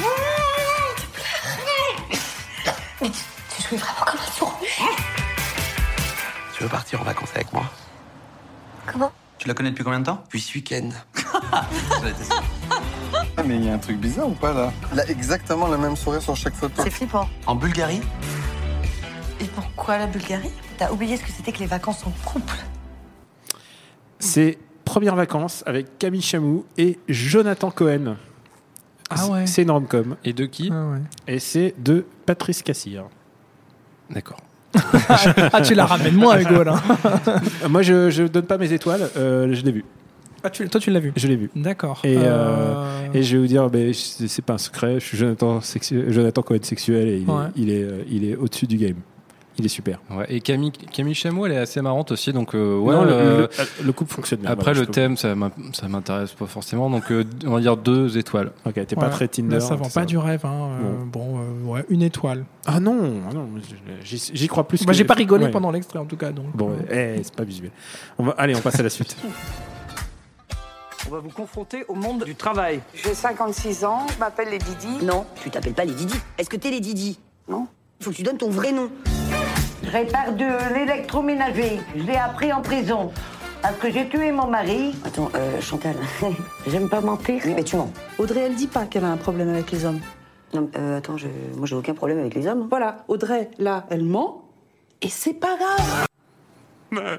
O: Mais tu, tu joues vraiment comme un sourd.
P: Tu veux partir en vacances avec moi?
O: Comment?
L: Tu la connais depuis combien de temps?
P: Depuis ce week-end.
L: Ah, mais il y a un truc bizarre ou pas, là? Il a exactement le même sourire sur chaque photo.
O: C'est flippant.
P: En Bulgarie?
O: Et pourquoi la Bulgarie? T'as oublié ce que c'était que les vacances en couple.
C: C'est Premières vacances avec Camille Chamou et Jonathan Cohen.
E: Ah ouais.
C: C'est une rom-com.
D: Et de qui?
E: Ah ouais.
C: Et c'est de Patrice Cassir.
D: D'accord.
E: Ah, tu la ramènes moins, Hugo, là.
C: Moi, je, je donne pas mes étoiles. Euh, je l'ai vu.
E: Ah, tu, toi, tu l'as vu?
C: Je l'ai vu.
E: D'accord.
C: Et, euh...
E: Euh...
C: et je vais vous dire, ben, c'est, c'est pas un secret. Je suis Jonathan, sexu... Jonathan Cohen sexuel et il,
E: ouais.
C: est, il, est, il est au-dessus du game. Il est super.
D: Ouais, et Camille, Camille Chamou, elle est assez marrante aussi. Donc, euh, ouais,
C: non, le,
D: euh,
C: le, le couple fonctionne bien.
D: Après,
C: voilà,
D: le thème, ça, ça m'intéresse pas forcément. Donc, euh, on va dire deux étoiles.
C: Ok, t'es
E: ouais,
C: pas très Tinder.
E: Là, ça vend pas ça. Du rêve. Hein. Euh, bon, bon euh, ouais, une étoile.
C: Ah non, non j'y, j'y crois plus.
E: Bah,
C: que
E: j'ai pas rigolé
C: ouais.
E: pendant l'extrait, en tout cas. Donc,
C: bon, euh... eh, c'est pas visuel. On va, allez, on passe à la suite.
Q: On va vous confronter au monde du travail.
R: J'ai cinquante-six ans, je m'appelle les Didi.
H: Non, tu t'appelles pas les Didi. Est-ce que t'es les Didi?
R: Non.
H: Il faut que tu donnes ton vrai nom.
R: Je répare de l'électroménager. Je l'ai appris en prison. Parce que j'ai tué mon mari.
H: Attends, euh, Chantal.
R: J'aime pas mentir.
H: Oui, mais tu mens.
S: Audrey, elle dit pas qu'elle a un problème avec les hommes.
H: Non, euh, attends, je... moi j'ai aucun problème avec les hommes.
S: Voilà, Audrey, là, elle ment. Et c'est pas grave.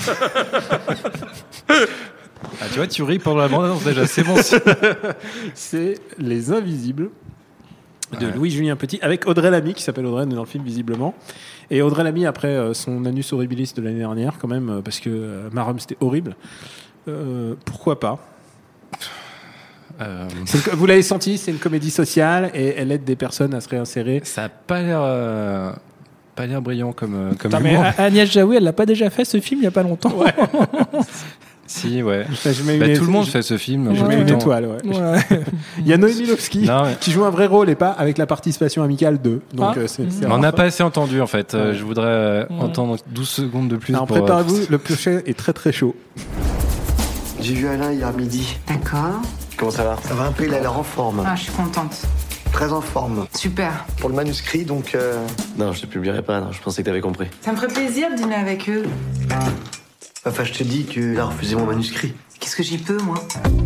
D: Ah, tu vois, tu ris pendant la bande-annonce déjà, c'est bon.
C: C'est Les Invisibles de
D: ouais.
C: Louis-Julien Petit avec Audrey Lamy qui s'appelle Audrey dans le film visiblement. Et Audrey Lamy après euh, son Anus Horribilis de l'année dernière quand même euh, parce que euh, Marum c'était horrible. Euh, pourquoi pas? Euh... Une, vous l'avez senti, c'est une comédie sociale et elle aide des personnes à se réinsérer.
D: Ça a pas l'air. Euh... Pas l'air brillant comme comme
E: Putain, mais Agnès Jaoui, elle l'a pas déjà fait ce film il y a pas longtemps.
C: Ouais.
D: Si, ouais.
C: Enfin, je mets
D: bah,
C: une,
D: tout le monde
C: je,
D: fait ce film.
C: Je mets une étoile, ouais. ouais. Il y a Noémie Lovski qui joue un vrai rôle et pas avec la participation amicale de. Donc,
E: ah.
C: euh, c'est, c'est
D: on n'a pas assez entendu en fait.
C: Ouais.
D: Euh, je voudrais euh,
E: ouais.
D: entendre douze secondes de plus.
C: Alors,
D: pour,
C: préparez-vous,
D: euh,
C: le prochain est très très chaud.
T: J'ai vu Alain hier midi.
U: D'accord.
T: Comment ça va? Ça va un peu, il a l'air en forme.
U: Ah, je suis contente.
T: Très en forme.
U: Super.
T: Pour le manuscrit, donc... Euh...
P: Non, je te publierai pas, non, je pensais que t'avais compris.
U: Ça me ferait plaisir de dîner avec eux.
T: Enfin, je te dis qu'il a refusé mon manuscrit.
U: Qu'est-ce que j'y peux, moi?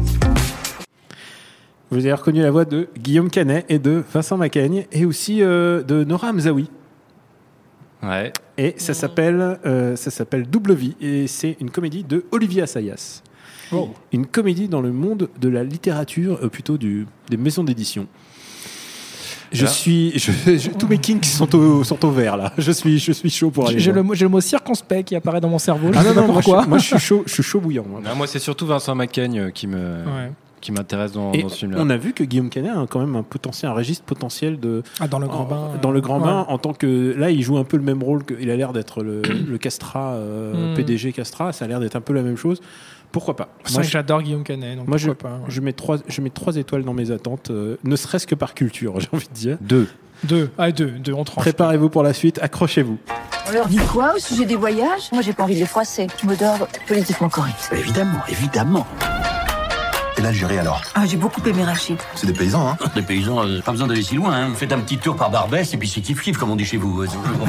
C: Vous avez reconnu la voix de Guillaume Canet et de Vincent Macaigne et aussi euh, de Nora Hamzaoui.
D: Ouais.
C: Et ça s'appelle, euh, ça s'appelle Double Vie et c'est une comédie de Olivier Assayas. Oh. Une comédie dans le monde de la littérature, euh, plutôt du, des maisons d'édition. Je Alors, suis, je, je, tous mes kinks sont au, sont au vert là. Je suis, je suis chaud pour aller.
E: J'ai le, j'ai le mot circonspect qui apparaît dans mon cerveau.
C: Ah
E: je
C: non,
E: sais
C: non,
E: pas
C: moi,
E: pourquoi.
C: Je, moi je suis chaud, je suis chaud bouillant. Moi,
D: non, moi c'est surtout Vincent Macaigne qui me, ouais. qui m'intéresse dans,
C: Et
D: dans ce film-là.
C: On a vu que Guillaume Canet a quand même un potentiel, un registre potentiel de.
E: Ah, dans le grand bain.
C: En, dans le grand
E: ouais.
C: bain, en tant que là, il joue un peu le même rôle que. Il a l'air d'être le, le Castra, euh, mm. P D G Castra. Ça a l'air d'être un peu la même chose. Pourquoi pas.
E: C'est vrai que j'adore Guillaume Canet. Donc
C: moi, je,
E: pas, ouais.
C: je, mets trois, je mets trois étoiles dans mes attentes, euh, ne serait-ce que par culture, j'ai envie de dire.
D: Deux.
E: Deux. Ah, deux. Deux, on tranche.
C: Préparez-vous pour la suite, accrochez-vous.
N: On leur dit quoi au sujet des voyages? Moi, j'ai pas envie de les froisser. Je me dors politiquement correct.
P: Évidemment, évidemment. Et l'Algérie alors?
N: Ah, j'ai beaucoup aimé Rachid.
P: C'est des paysans, hein?
A: Des paysans, euh, pas besoin d'aller si loin, hein. Faites un petit tour par Barbès et puis c'est kiff-kiff, comme on dit chez vous.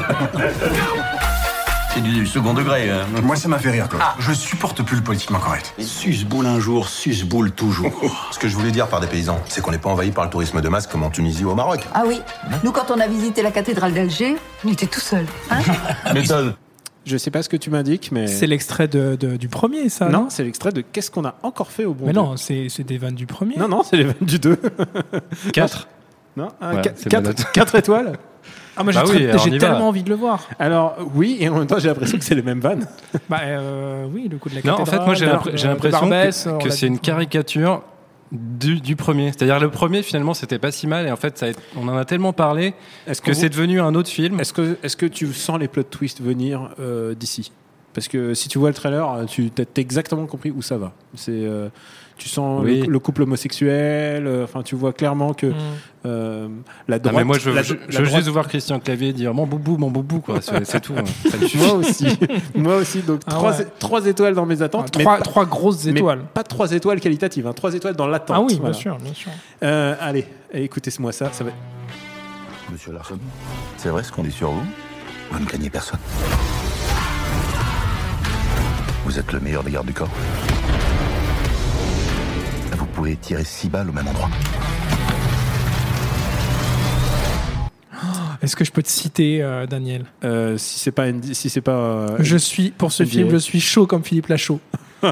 A: C'est du second degré. Hein.
L: Moi, ça m'a fait rire, quoi. Ah. Je supporte plus le politiquement correct.
P: Suce-boule un jour, suce-boule toujours. Ce que je voulais dire par des paysans, c'est qu'on n'est pas envahi par le tourisme de masse comme en Tunisie ou au Maroc.
N: Ah oui. Nous, quand on a visité la cathédrale d'Alger, on était tout seuls. Hein?
P: Méthode.
C: Je sais pas ce que tu m'indiques, mais...
E: C'est l'extrait de, de, du premier, ça, non,
C: non c'est l'extrait de Qu'est-ce qu'on a encore fait au bon
E: Mais
C: Dieu.
E: non, c'est, c'est des vannes du premier.
C: Non, non, c'est les vannes du deux.
D: Quatre.
C: Non, un,
D: ouais,
C: quatre, quatre, quatre étoiles.
E: Ah, moi, j'ai,
D: bah oui,
E: très, j'ai tellement
D: va.
E: envie de le voir.
C: Alors, oui, et en même temps, j'ai l'impression que c'est les mêmes vannes.
E: Bah, euh, oui, le coup de la
D: Non,
E: cathédrale.
D: en fait, moi, j'ai, l'impr- j'ai l'impression
E: Barbès,
D: que, que c'est une caricature du, du premier. C'est-à-dire, le premier, finalement, c'était pas si mal, et en fait, ça a, on en a tellement parlé est-ce que vous, c'est devenu un autre film.
C: Est-ce que, est-ce que tu sens les plot twists venir euh, d'ici? Parce que si tu vois le trailer, tu as exactement compris où ça va. C'est, euh, tu sens oui. le, le couple homosexuel. Enfin, euh, tu vois clairement que mm. euh, la droite.
D: Ah mais moi, je,
C: la,
D: je,
C: la
D: je veux
C: droite...
D: juste voir Christian Clavier dire mon boubou, mon boubou, quoi. C'est, c'est tout. Hein. Ça
C: moi aussi. moi aussi. Donc ah trois, ouais. trois étoiles dans mes attentes.
E: Ah, trois,
C: mais
E: trois grosses étoiles.
C: Mais pas trois étoiles qualitatives. Hein, trois étoiles dans l'attente.
E: Ah oui,
C: voilà.
E: bien sûr, bien sûr.
C: Euh, allez, écoutez-moi ça. Ça va.
P: Monsieur Larson, c'est vrai ce qu'on dit sur vous? Vous ne craignez personne. Vous êtes le meilleur des gardes du corps. Vous pouvez tirer six balles au même endroit.
E: Est-ce que je peux te citer, euh, Daniel
C: euh, Si c'est pas, si c'est pas. Euh,
E: je suis pour ce N D A. Film, je suis chaud comme Philippe Lachaud.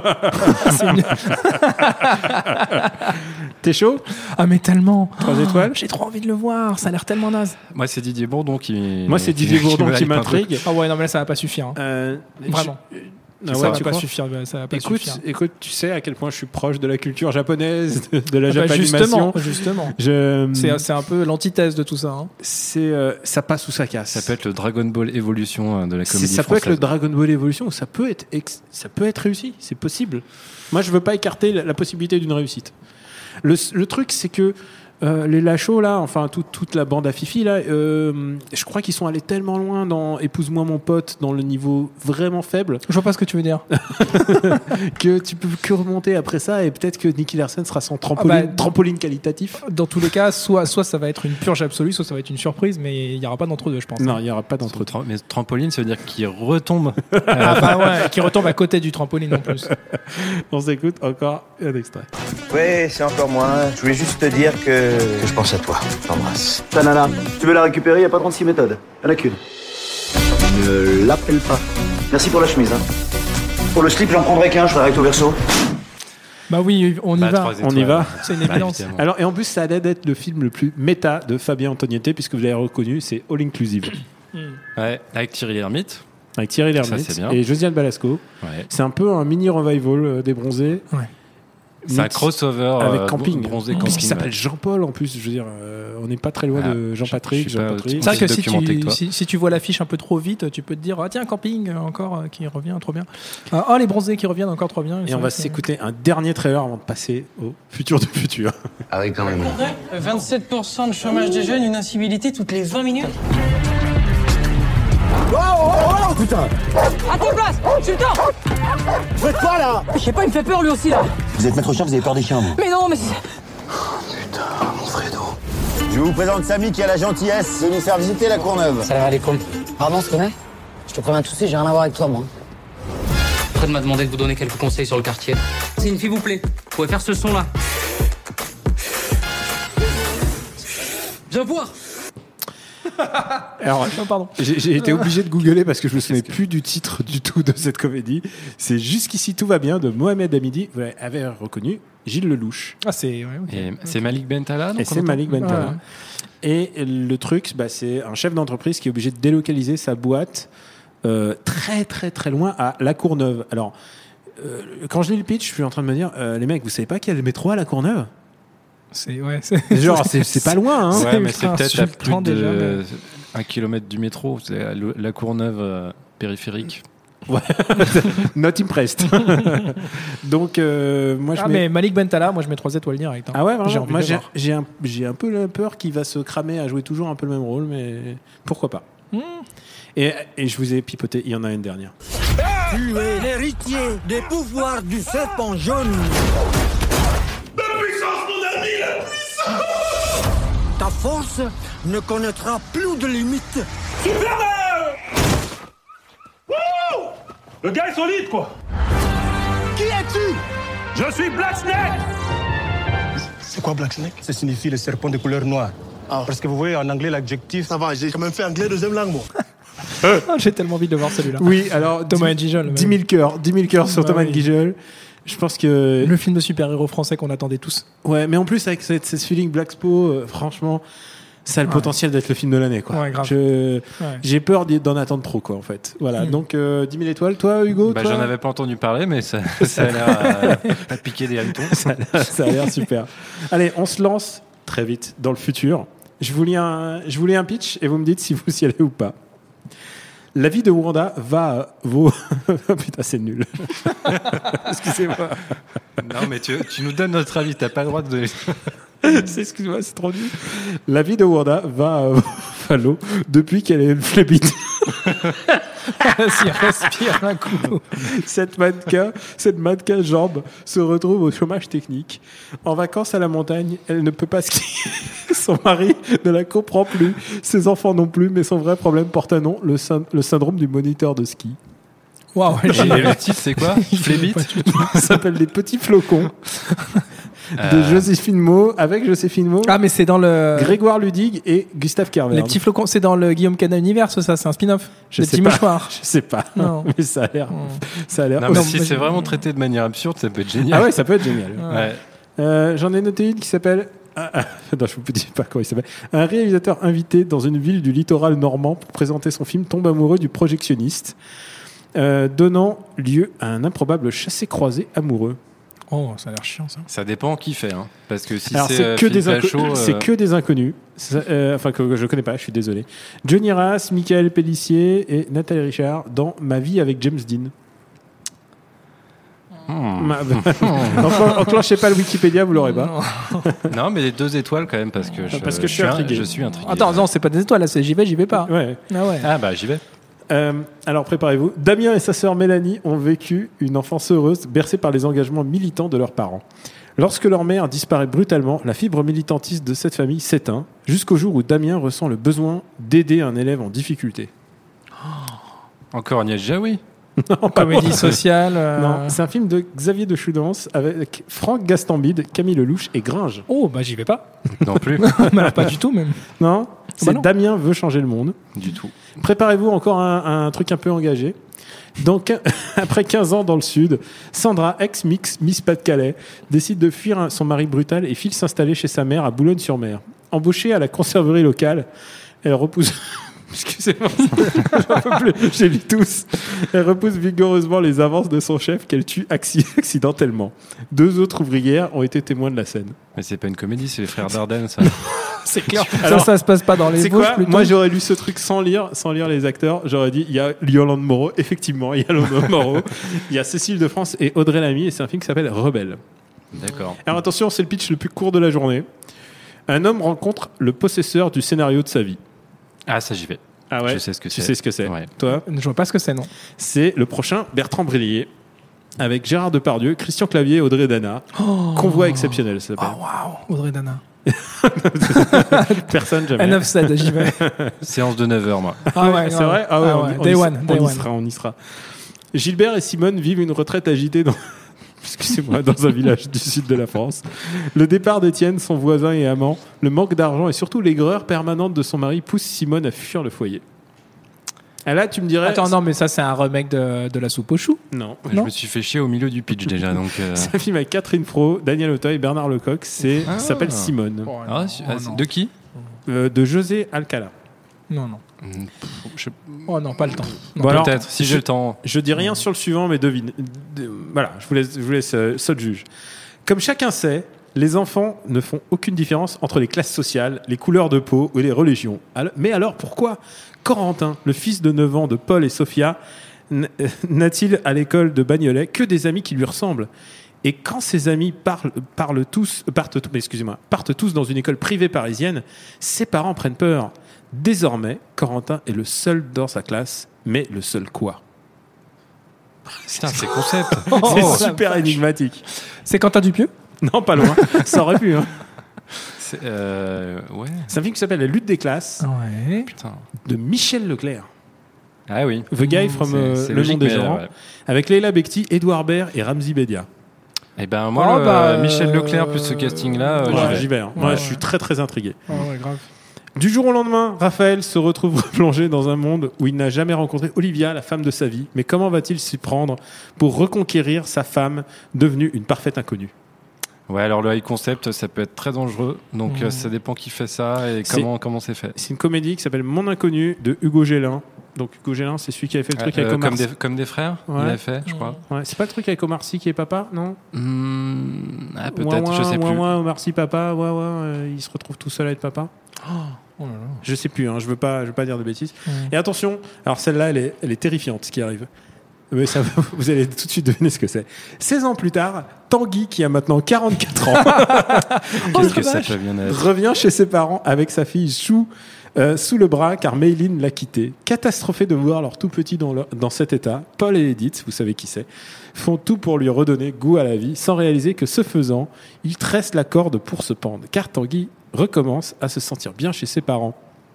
C: T'es chaud?
E: Ah mais tellement.
C: Trois étoiles.
E: J'ai trop envie de le voir. Ça a l'air tellement naze.
D: Moi c'est Didier Bourdon qui.
C: Moi c'est Didier Bourdon qui, qui m'intrigue.
E: Ah ouais non mais là ça va pas suffire. Hein.
C: Euh,
E: Vraiment.
C: Je...
E: Ah
C: ça
E: ouais,
C: va
E: tu
C: pas
E: crois suffire, ça va pas
C: écoute,
E: suffire.
C: Écoute, tu sais à quel point je suis proche de la culture japonaise, de, de la
E: ah bah
C: japanimation.
E: Justement, justement.
C: Je...
E: C'est, c'est un peu l'antithèse de tout ça. Hein.
C: C'est, euh, ça passe ou ça casse.
D: Ça peut être le Dragon Ball Evolution de la comédie
C: c'est, ça
D: française.
C: peut être le Dragon Ball Evolution ou ça peut être, ex... ça peut être réussi. C'est possible. Moi, je veux pas écarter la, la possibilité d'une réussite. Le, le truc, c'est que Euh, les Lachaud là, enfin tout, toute la bande à Fifi là, euh, je crois qu'ils sont allés tellement loin dans Épouse-moi mon pote, dans le niveau vraiment faible.
E: Je vois pas ce que tu veux dire.
C: Que tu peux que remonter après ça et peut-être que Nicky Larson sera son trampoline, ah bah, trampoline qualitatif.
E: Dans tous les cas, soit, soit ça va être une purge absolue, soit ça va être une surprise, mais il y aura pas d'entre-deux, je pense.
C: Non, il y aura pas d'entre-deux.
D: Tra- mais trampoline, ça veut dire qu'il retombe.
E: Ah bah ouais, qu'il retombe à côté du trampoline en plus.
C: On s'écoute encore un extrait.
F: Ouais, c'est encore moi. Je voulais juste te dire que...
P: Que je pense à toi. Je t'embrasse.
F: Ta nana, tu veux la récupérer, y a pas trente-six méthodes. Y'en a qu'une. Ne l'appelle pas. Merci pour la chemise. Hein. Pour le slip, j'en prendrai qu'un, je ferai recto verso.
E: Bah oui, on y
D: bah,
E: va.
C: On y va.
E: C'est une évidence.
C: Bah, alors, et en plus, ça allait d'être le film le plus méta de Fabien Antoniette, puisque vous l'avez reconnu, c'est All Inclusive.
D: Ouais, avec Thierry Lhermitte.
C: Avec Thierry Lhermitte et Josiane Balasco. Ouais. C'est un peu un mini revival euh, des Bronzés.
E: Ouais.
D: C'est un crossover
C: avec camping,
D: bronzé
C: camping,
D: camping,
C: qui s'appelle
D: ouais.
C: Jean-Paul en plus. Je veux dire, euh, on n'est pas très loin
D: ah,
C: de Jean-Patrick. Jean-Patrick.
E: C'est vrai que si tu, si, si tu vois l'affiche un peu trop vite, tu peux te dire ah tiens camping encore euh, qui revient trop bien. Ah oh, les Bronzés qui reviennent encore trop bien.
C: Et on va s'écouter un dernier trailer avant de passer au futur du futur.
P: Ah oui quand même.
Q: vingt-sept pour cent de chômage des jeunes, une incivilité toutes les vingt minutes.
F: Oh, oh, oh, putain!
J: À ta place! Sultan!
F: Vous faites quoi là?
J: Je sais pas, il me fait peur lui aussi là!
P: Vous êtes maître chien, vous avez peur des chiens, vous?
J: Mais non, mais c'est.
P: Oh putain, mon Fredo.
F: Je vous présente Samy qui a la gentillesse de nous faire visiter la Courneuve.
H: Salam alaikum. Pardon, on se connaît? Je te préviens tout de suite, j'ai rien à voir avec toi, moi.
Q: Fred m'a demandé de vous donner quelques conseils sur le quartier. C'est une fille vous plaît. Vous pouvez faire ce son là. Viens voir!
C: Alors,
E: oh, pardon.
C: J'ai, j'ai été obligé de googler parce que je me souvenais plus du titre du tout de cette comédie. C'est Jusqu'ici tout va bien de Mohamed Hamidi. Vous avez reconnu Gilles Lelouch.
E: Ah c'est ouais, okay.
D: Et c'est Malik Bentala.
C: Et c'est Malik Bentala. Ouais. Et le truc, bah, c'est un chef d'entreprise qui est obligé de délocaliser sa boîte euh, très très très loin à La Courneuve. Alors, euh, quand je lis le pitch, je suis en train de me dire, euh, les mecs, vous savez pas qu'il y a le métro à La Courneuve?
E: C'est ouais, c'est
C: genre c'est, c'est pas loin hein.
D: Ouais, mais c'est peut-être à plus de
E: déjà, mais...
D: un kilomètre du métro, c'est la Courneuve euh, périphérique.
C: Ouais. Not impressed. Donc, euh, moi, je
E: ah,
C: mets...
E: mais Malik Bentala, moi, je mets trois étoiles direct. Hein.
C: Ah ouais, vraiment.
E: J'ai envie
C: Moi,
E: de
C: j'ai,
E: voir.
C: j'ai, un, j'ai un peu la peur qu'il va se cramer à jouer toujours un peu le même rôle, mais pourquoi pas.
E: Mmh.
C: Et, et je vous ai pipoté, il y en a une dernière.
B: Tu es l'héritier des pouvoirs du serpent jaune.
V: La puissance, mon ami, la puissance.
B: Ta force ne connaîtra plus de limites.
V: Wouh! Le gars est solide, quoi.
B: Qui es-tu?
V: Je suis Black Snake.
W: C'est quoi Black Snake? Ça signifie le serpent de couleur noire. Ah. Parce que vous voyez en anglais l'adjectif.
V: Ça va, j'ai quand même fait anglais deuxième langue, moi.
E: Oh, j'ai tellement envie de voir celui-là.
C: Oui, alors
E: Thomas Gijol.
C: dix mille cœurs, dix mille cœurs sur
E: Bah
C: Thomas
E: oui.
C: Gijol. Je pense que
E: Le film de super-héros français qu'on attendait tous.
C: ouais, mais en plus avec cette, ce feeling Black Spo, euh, franchement, ça a le
E: Ouais.
C: potentiel d'être le film de l'année, quoi.
E: Ouais, grave.
C: Je,
E: Ouais.
C: j'ai peur d'y- d'en attendre trop, quoi, en fait. Voilà.
E: Mm.
C: Donc euh, dix mille étoiles. Toi, Hugo,
D: Bah,
C: toi
D: j'en avais pas entendu parler, mais ça, ça a l'air euh, pas piquer des hannetons.
C: ça, a l'air- ça a l'air super. Allez, on se lance très vite dans le futur. Je vous lis un, je vous lis un pitch et vous me dites si vous y allez ou pas. La vie de Wanda va vaut. Oh, putain, c'est nul. Excusez-moi.
D: Non, mais tu, tu nous donnes notre avis, t'as pas le droit de donner.
C: C'est- Excuse-moi, c'est trop nul. La vie de Wanda va euh, à l'eau depuis qu'elle est une flébite.
E: Vas-y, respire un coup.
C: Cette mannequin, cette mannequin jambe se retrouve au chômage technique. En vacances à la montagne, elle ne peut pas skier. Son mari ne la comprend plus, ses enfants non plus, mais son vrai problème porte un nom, le, syn- le syndrome du moniteur de ski.
E: Waouh,
D: Et le titre, c'est quoi? Flébite?
C: Ça s'appelle Les Petits Flocons de
D: Euh.
C: Joséphine Maud, avec Joséphine Maud,
E: Ah, mais c'est dans le.
C: Grégoire Ludig et Gustave Kervern.
E: Les petits flocons, c'est dans le Guillaume Canet Universe, ça, c'est un spin-off.
C: Je
E: Le
C: sais
E: dimanche
C: pas.
E: soir.
C: Je sais pas,
E: Non.
C: mais ça a l'air, ça a l'air.
D: Non, mais
C: Oh,
D: si
C: moi,
D: c'est
C: je-
D: vraiment traité de manière absurde, ça peut être génial.
C: Ah ouais, ça peut être génial.
D: Ouais.
C: Euh, j'en ai noté une qui s'appelle. Ah, ah, non, je ne vous dis pas comment il s'appelle. Un réalisateur invité dans une ville du littoral normand pour présenter son film tombe amoureux du projectionniste, euh, donnant lieu à un improbable chassé-croisé amoureux.
E: Oh, ça a l'air chiant, ça.
D: Ça dépend qui fait, hein. Parce que si
C: Alors,
D: c'est,
C: c'est,
D: euh,
C: que
D: Philippe
C: des inco-
D: Lachaud, euh,
C: c'est que des inconnus. Ça, euh, enfin, que, que je ne connais pas, je suis désolé. Johnny Rass, Michael Pellissier et Nathalie Richard dans Ma vie avec James Dean.
D: Hmm.
C: Ma- Enclen- Enclenchez pas le Wikipédia, vous l'aurez pas.
D: Non, mais les deux étoiles quand même, parce que je,
C: Parce que je suis
D: un-
C: intrigué.
D: Je suis intrigué.
E: Attends, non, c'est pas des étoiles, là, c'est j'y vais, j'y vais pas.
C: Ouais.
E: Ah ouais.
D: Ah bah j'y vais.
C: Euh, alors préparez-vous. Damien et sa sœur Mélanie ont vécu une enfance heureuse, bercée par les engagements militants de leurs parents. Lorsque leur mère disparaît brutalement, la fibre militantiste de cette famille s'éteint, jusqu'au jour où Damien ressent le besoin d'aider un élève en difficulté.
D: Encore Agnès Jaoui.
C: Non, pas
E: Comédie
C: moi.
E: sociale. euh,
C: Non, c'est un film de Xavier de Choudance avec Franck Gastambide, Camille Lelouch et Gringe.
E: Oh, bah j'y vais pas.
D: Non plus.
E: Bah, pas du tout, même.
C: Non, c'est
E: bah non.
C: Damien veut changer le monde.
D: Du tout.
C: Préparez-vous encore un, un truc un peu engagé. Donc, après quinze ans dans le Sud, Sandra, ex-mix Miss Pas-de-Calais, décide de fuir un- son mari brutal et file s'installer chez sa mère à Boulogne-sur-Mer. Embauchée à la conserverie locale, elle repousse... Excusez-moi, j'en peux plus, j'ai lu tous. Elle repousse vigoureusement les avances de son chef qu'elle tue acci- accidentellement. Deux autres ouvrières ont été témoins de la scène.
D: Mais c'est pas une comédie, c'est les frères Dardenne, ça.
E: C'est clair.
C: Alors,
E: ça, ça se passe pas dans les
C: C'est
E: Vosges,
C: quoi
E: plutôt.
C: Moi, j'aurais lu ce truc sans lire, sans lire les acteurs. J'aurais dit, il y a Yolande Moreau, effectivement, il y a Yolande Moreau. Il y a Cécile de France et Audrey Lamy, et c'est un film qui s'appelle Rebelle.
D: D'accord.
C: Alors attention, c'est le pitch le plus court de la journée. Un homme rencontre le possesseur du scénario de sa vie.
D: Ah, ça j'y vais.
C: Ah ouais.
D: Je sais ce que
C: Tu
D: c'est.
C: sais ce que c'est.
D: Ouais.
C: Toi,
E: Je vois pas ce que c'est, non.
C: c'est le prochain Bertrand Brillier avec Gérard Depardieu, Christian Clavier et Audrey Dana.
E: Oh.
C: Convoi exceptionnel, ça
E: Oh,
C: s'appelle.
E: waouh. Audrey Dana.
C: Personne jamais.
E: neuf sept, j'y vais.
D: Séance de neuf heures, moi.
E: Ah ouais,
C: c'est
E: non.
C: vrai. Ah ouais,
E: Ah
C: on,
E: ouais.
C: on
E: Day
C: y,
E: one,
C: on
E: day
C: y
E: one.
C: sera, on y sera. Gilbert et Simone vivent une retraite agitée dans, excusez-moi, dans un village du sud de la France. Le départ d'Étienne, son voisin et amant, le manque d'argent et surtout l'aigreur permanente de son mari poussent Simone à fuir le foyer. Et là, tu me dirais...
E: Attends, non, mais ça, c'est un remake de, de la soupe aux choux.
C: Non.
D: Je
E: Non.
D: me suis fait chier au milieu du pitch déjà, donc. euh,
C: C'est un film avec Catherine Fro, Daniel Auteuil, Bernard Lecoq. C'est,
D: Ah.
C: ça s'appelle Simone.
D: Ah, c'est- ah, c'est- de qui?
C: Euh, de José Alcala.
E: Non, non.
D: Hmm, je-
E: Oh non, pas le temps. Non.
C: Bon, alors,
D: Peut-être, si j'ai le temps.
C: Je dis rien sur le suivant, mais devine. De- voilà, je vous laisse, je vous laisse euh, seul juge. Comme chacun sait, les enfants ne font aucune différence entre les classes sociales, les couleurs de peau ou les religions. Alors- mais alors pourquoi Corentin, le fils de neuf ans de Paul et Sophia, N- n'a-t-il à l'école de Bagnolet que des amis qui lui ressemblent ? Et quand ses amis parlent, parlent tous, partent, excusez-moi, partent tous dans une école privée parisienne, ses parents prennent peur. Désormais, Corentin est le seul dans sa classe, mais le seul quoi ?
D: Putain, c'est concept.
C: C'est
E: Oh,
C: super énigmatique.
E: C'est Quentin Dupieux ?
C: Non, pas loin. Ça aurait pu. Hein.
D: C'est, euh, ouais.
C: C'est un film qui s'appelle La lutte des classes
E: Ouais.
D: Putain.
C: de Michel Leclerc.
D: Ah oui.
C: The Guy from
D: C'est-
C: euh,
D: c'est
C: Le
D: logique,
C: Nom des
D: mais,
C: gens.
D: ouais.
C: Avec Leila Bekti, Edouard Baird et Ramzi Bedia.
D: Eh ben moi,
E: Oh,
D: le-
E: bah,
D: Michel
E: euh,
D: Leclerc plus ce casting-là, euh,
C: Ouais,
D: j'y vais.
C: j'y vais. hein.
E: Ouais,
C: Moi,
E: ouais.
C: je suis très très intrigué.
E: Ah ouais, grave.
C: Du jour au lendemain, Raphaël se retrouve plongé dans un monde où il n'a jamais rencontré Olivia, la femme de sa vie. Mais comment va-t-il s'y prendre pour reconquérir sa femme devenue une parfaite inconnue ?
D: Ouais, alors le high concept, ça peut être très dangereux. Donc
E: Mmh.
D: euh, ça dépend qui fait ça et
C: C'est-
D: comment comment c'est fait.
C: C'est une comédie qui s'appelle Mon Inconnu de Hugo Gélin. Donc Hugo Gélin, c'est celui qui avait fait le truc
D: Euh,
C: avec Omar
D: comme
C: Sy.
D: des comme des frères,
C: Ouais.
D: il a fait, je crois.
C: Ouais, c'est pas le truc avec Omar Sy qui est papa, non ?
D: Hmm, ah, peut-être,
C: Ouin, ouin,
D: je sais
C: ouin,
D: plus.
C: ouin, Omar Sy papa, ouais, ouais, euh, il se retrouve tout seul à être papa.
E: Oh là là.
C: Je sais plus, hein, je veux pas, je veux pas dire de bêtises.
E: Ouais.
C: Et attention, alors celle-là, elle est, elle est terrifiante, ce qui arrive. Mais ça, vous allez tout de suite deviner ce que c'est. seize ans plus tard, Tanguy, qui a maintenant quarante-quatre ans,
D: Qu'est-ce que ça peut bien être?
C: revient chez ses parents avec sa fille Chou euh, sous le bras car Mayline l'a quitté. Catastrophé de voir leur tout petit dans, leur- dans cet état, Paul et Edith, vous savez qui c'est, font tout pour lui redonner goût à la vie sans réaliser que ce faisant, ils tressent la corde pour se pendre car Tanguy recommence à se sentir bien chez ses parents.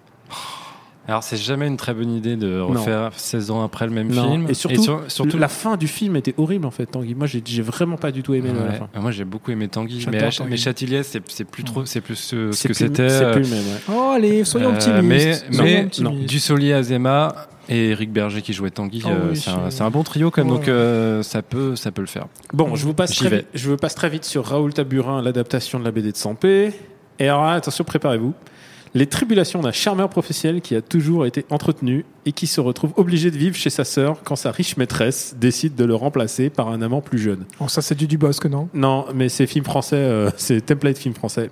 D: Alors c'est jamais une très bonne idée de refaire seize ans après le même
C: Non.
D: film.
C: Et surtout,
D: sur- surtout
C: la fin du film était horrible en fait, Tanguy. Moi, j'ai, j'ai vraiment pas du tout aimé
D: Ouais.
C: la fin.
D: Moi j'ai beaucoup aimé Tanguy,
C: J'adore
D: mais,
C: Tanguy.
D: mais Châtillier c'est, c'est plus trop, c'est plus ce, ce
C: C'est
D: que
C: plus-
D: c'était.
C: c'est
D: euh,
C: plus le même, ouais.
E: Oh, allez, soyons
D: euh,
E: optimistes.
D: mais
E: Soyons
D: mais
E: optimistes.
D: Dussolier, Azéma et Eric Berger qui jouait Tanguy,
E: Oh
D: euh,
E: oui,
D: c'est, un,
E: c'est-
D: c'est un bon trio quand même,
E: Ouais.
D: donc euh, ça peut ça peut le faire.
C: Bon, je vous passe
D: J'y
C: très
D: vais.
C: vite, je vous passe très vite sur Raoul Taburin, l'adaptation de la B D de Sampé. Et alors là, attention, préparez-vous. Les tribulations d'un charmeur professionnel qui a toujours été entretenu et qui se retrouve obligé de vivre chez sa sœur quand sa riche maîtresse décide de le remplacer par un amant plus jeune.
E: Oh, ça, c'est du Dubosc, non ?
C: Non, mais c'est film français, euh, c'est template film français.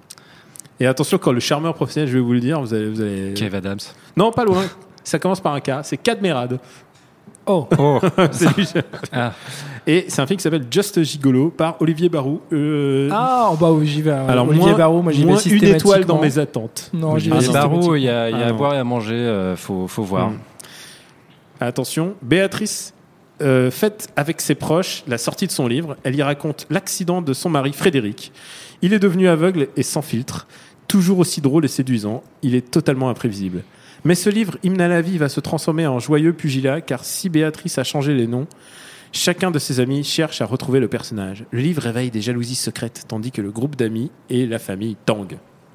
C: Et attention, quand le charmeur professionnel, je vais vous le dire, vous allez... Vous allez...
D: Kev Adams.
C: Non, pas loin. Ça commence par un K, c'est Cadmerade.
E: Oh,
D: Oh.
C: C'est lui.
D: Ah.
C: Et c'est un film qui s'appelle Just Gigolo par Olivier Barou. Euh,
E: Ah, bah oui, j'y vais. euh,
C: Alors,
E: Olivier
C: moins,
E: Barrault, moi j'y vais
C: moins une
E: systématiquement.
C: étoile dans mes attentes.
E: Non, j'y vais
D: Ah,
E: systématiquement.
D: Barou, il y a, il y a
C: Ah,
D: à
C: non.
D: boire et à manger, euh, faut faut voir.
C: Mm. Attention, Béatrice euh, fête avec ses proches la sortie de son livre. Elle y raconte l'accident de son mari Frédéric. Il est devenu aveugle et sans filtre, toujours aussi drôle et séduisant. Il est totalement imprévisible. Mais ce livre, Hymne à la vie, va se transformer en joyeux pugilat, car si Béatrice a changé les noms, chacun de ses amis cherche à retrouver le personnage. Le livre réveille des jalousies secrètes, tandis que le groupe d'amis et la famille tanguent.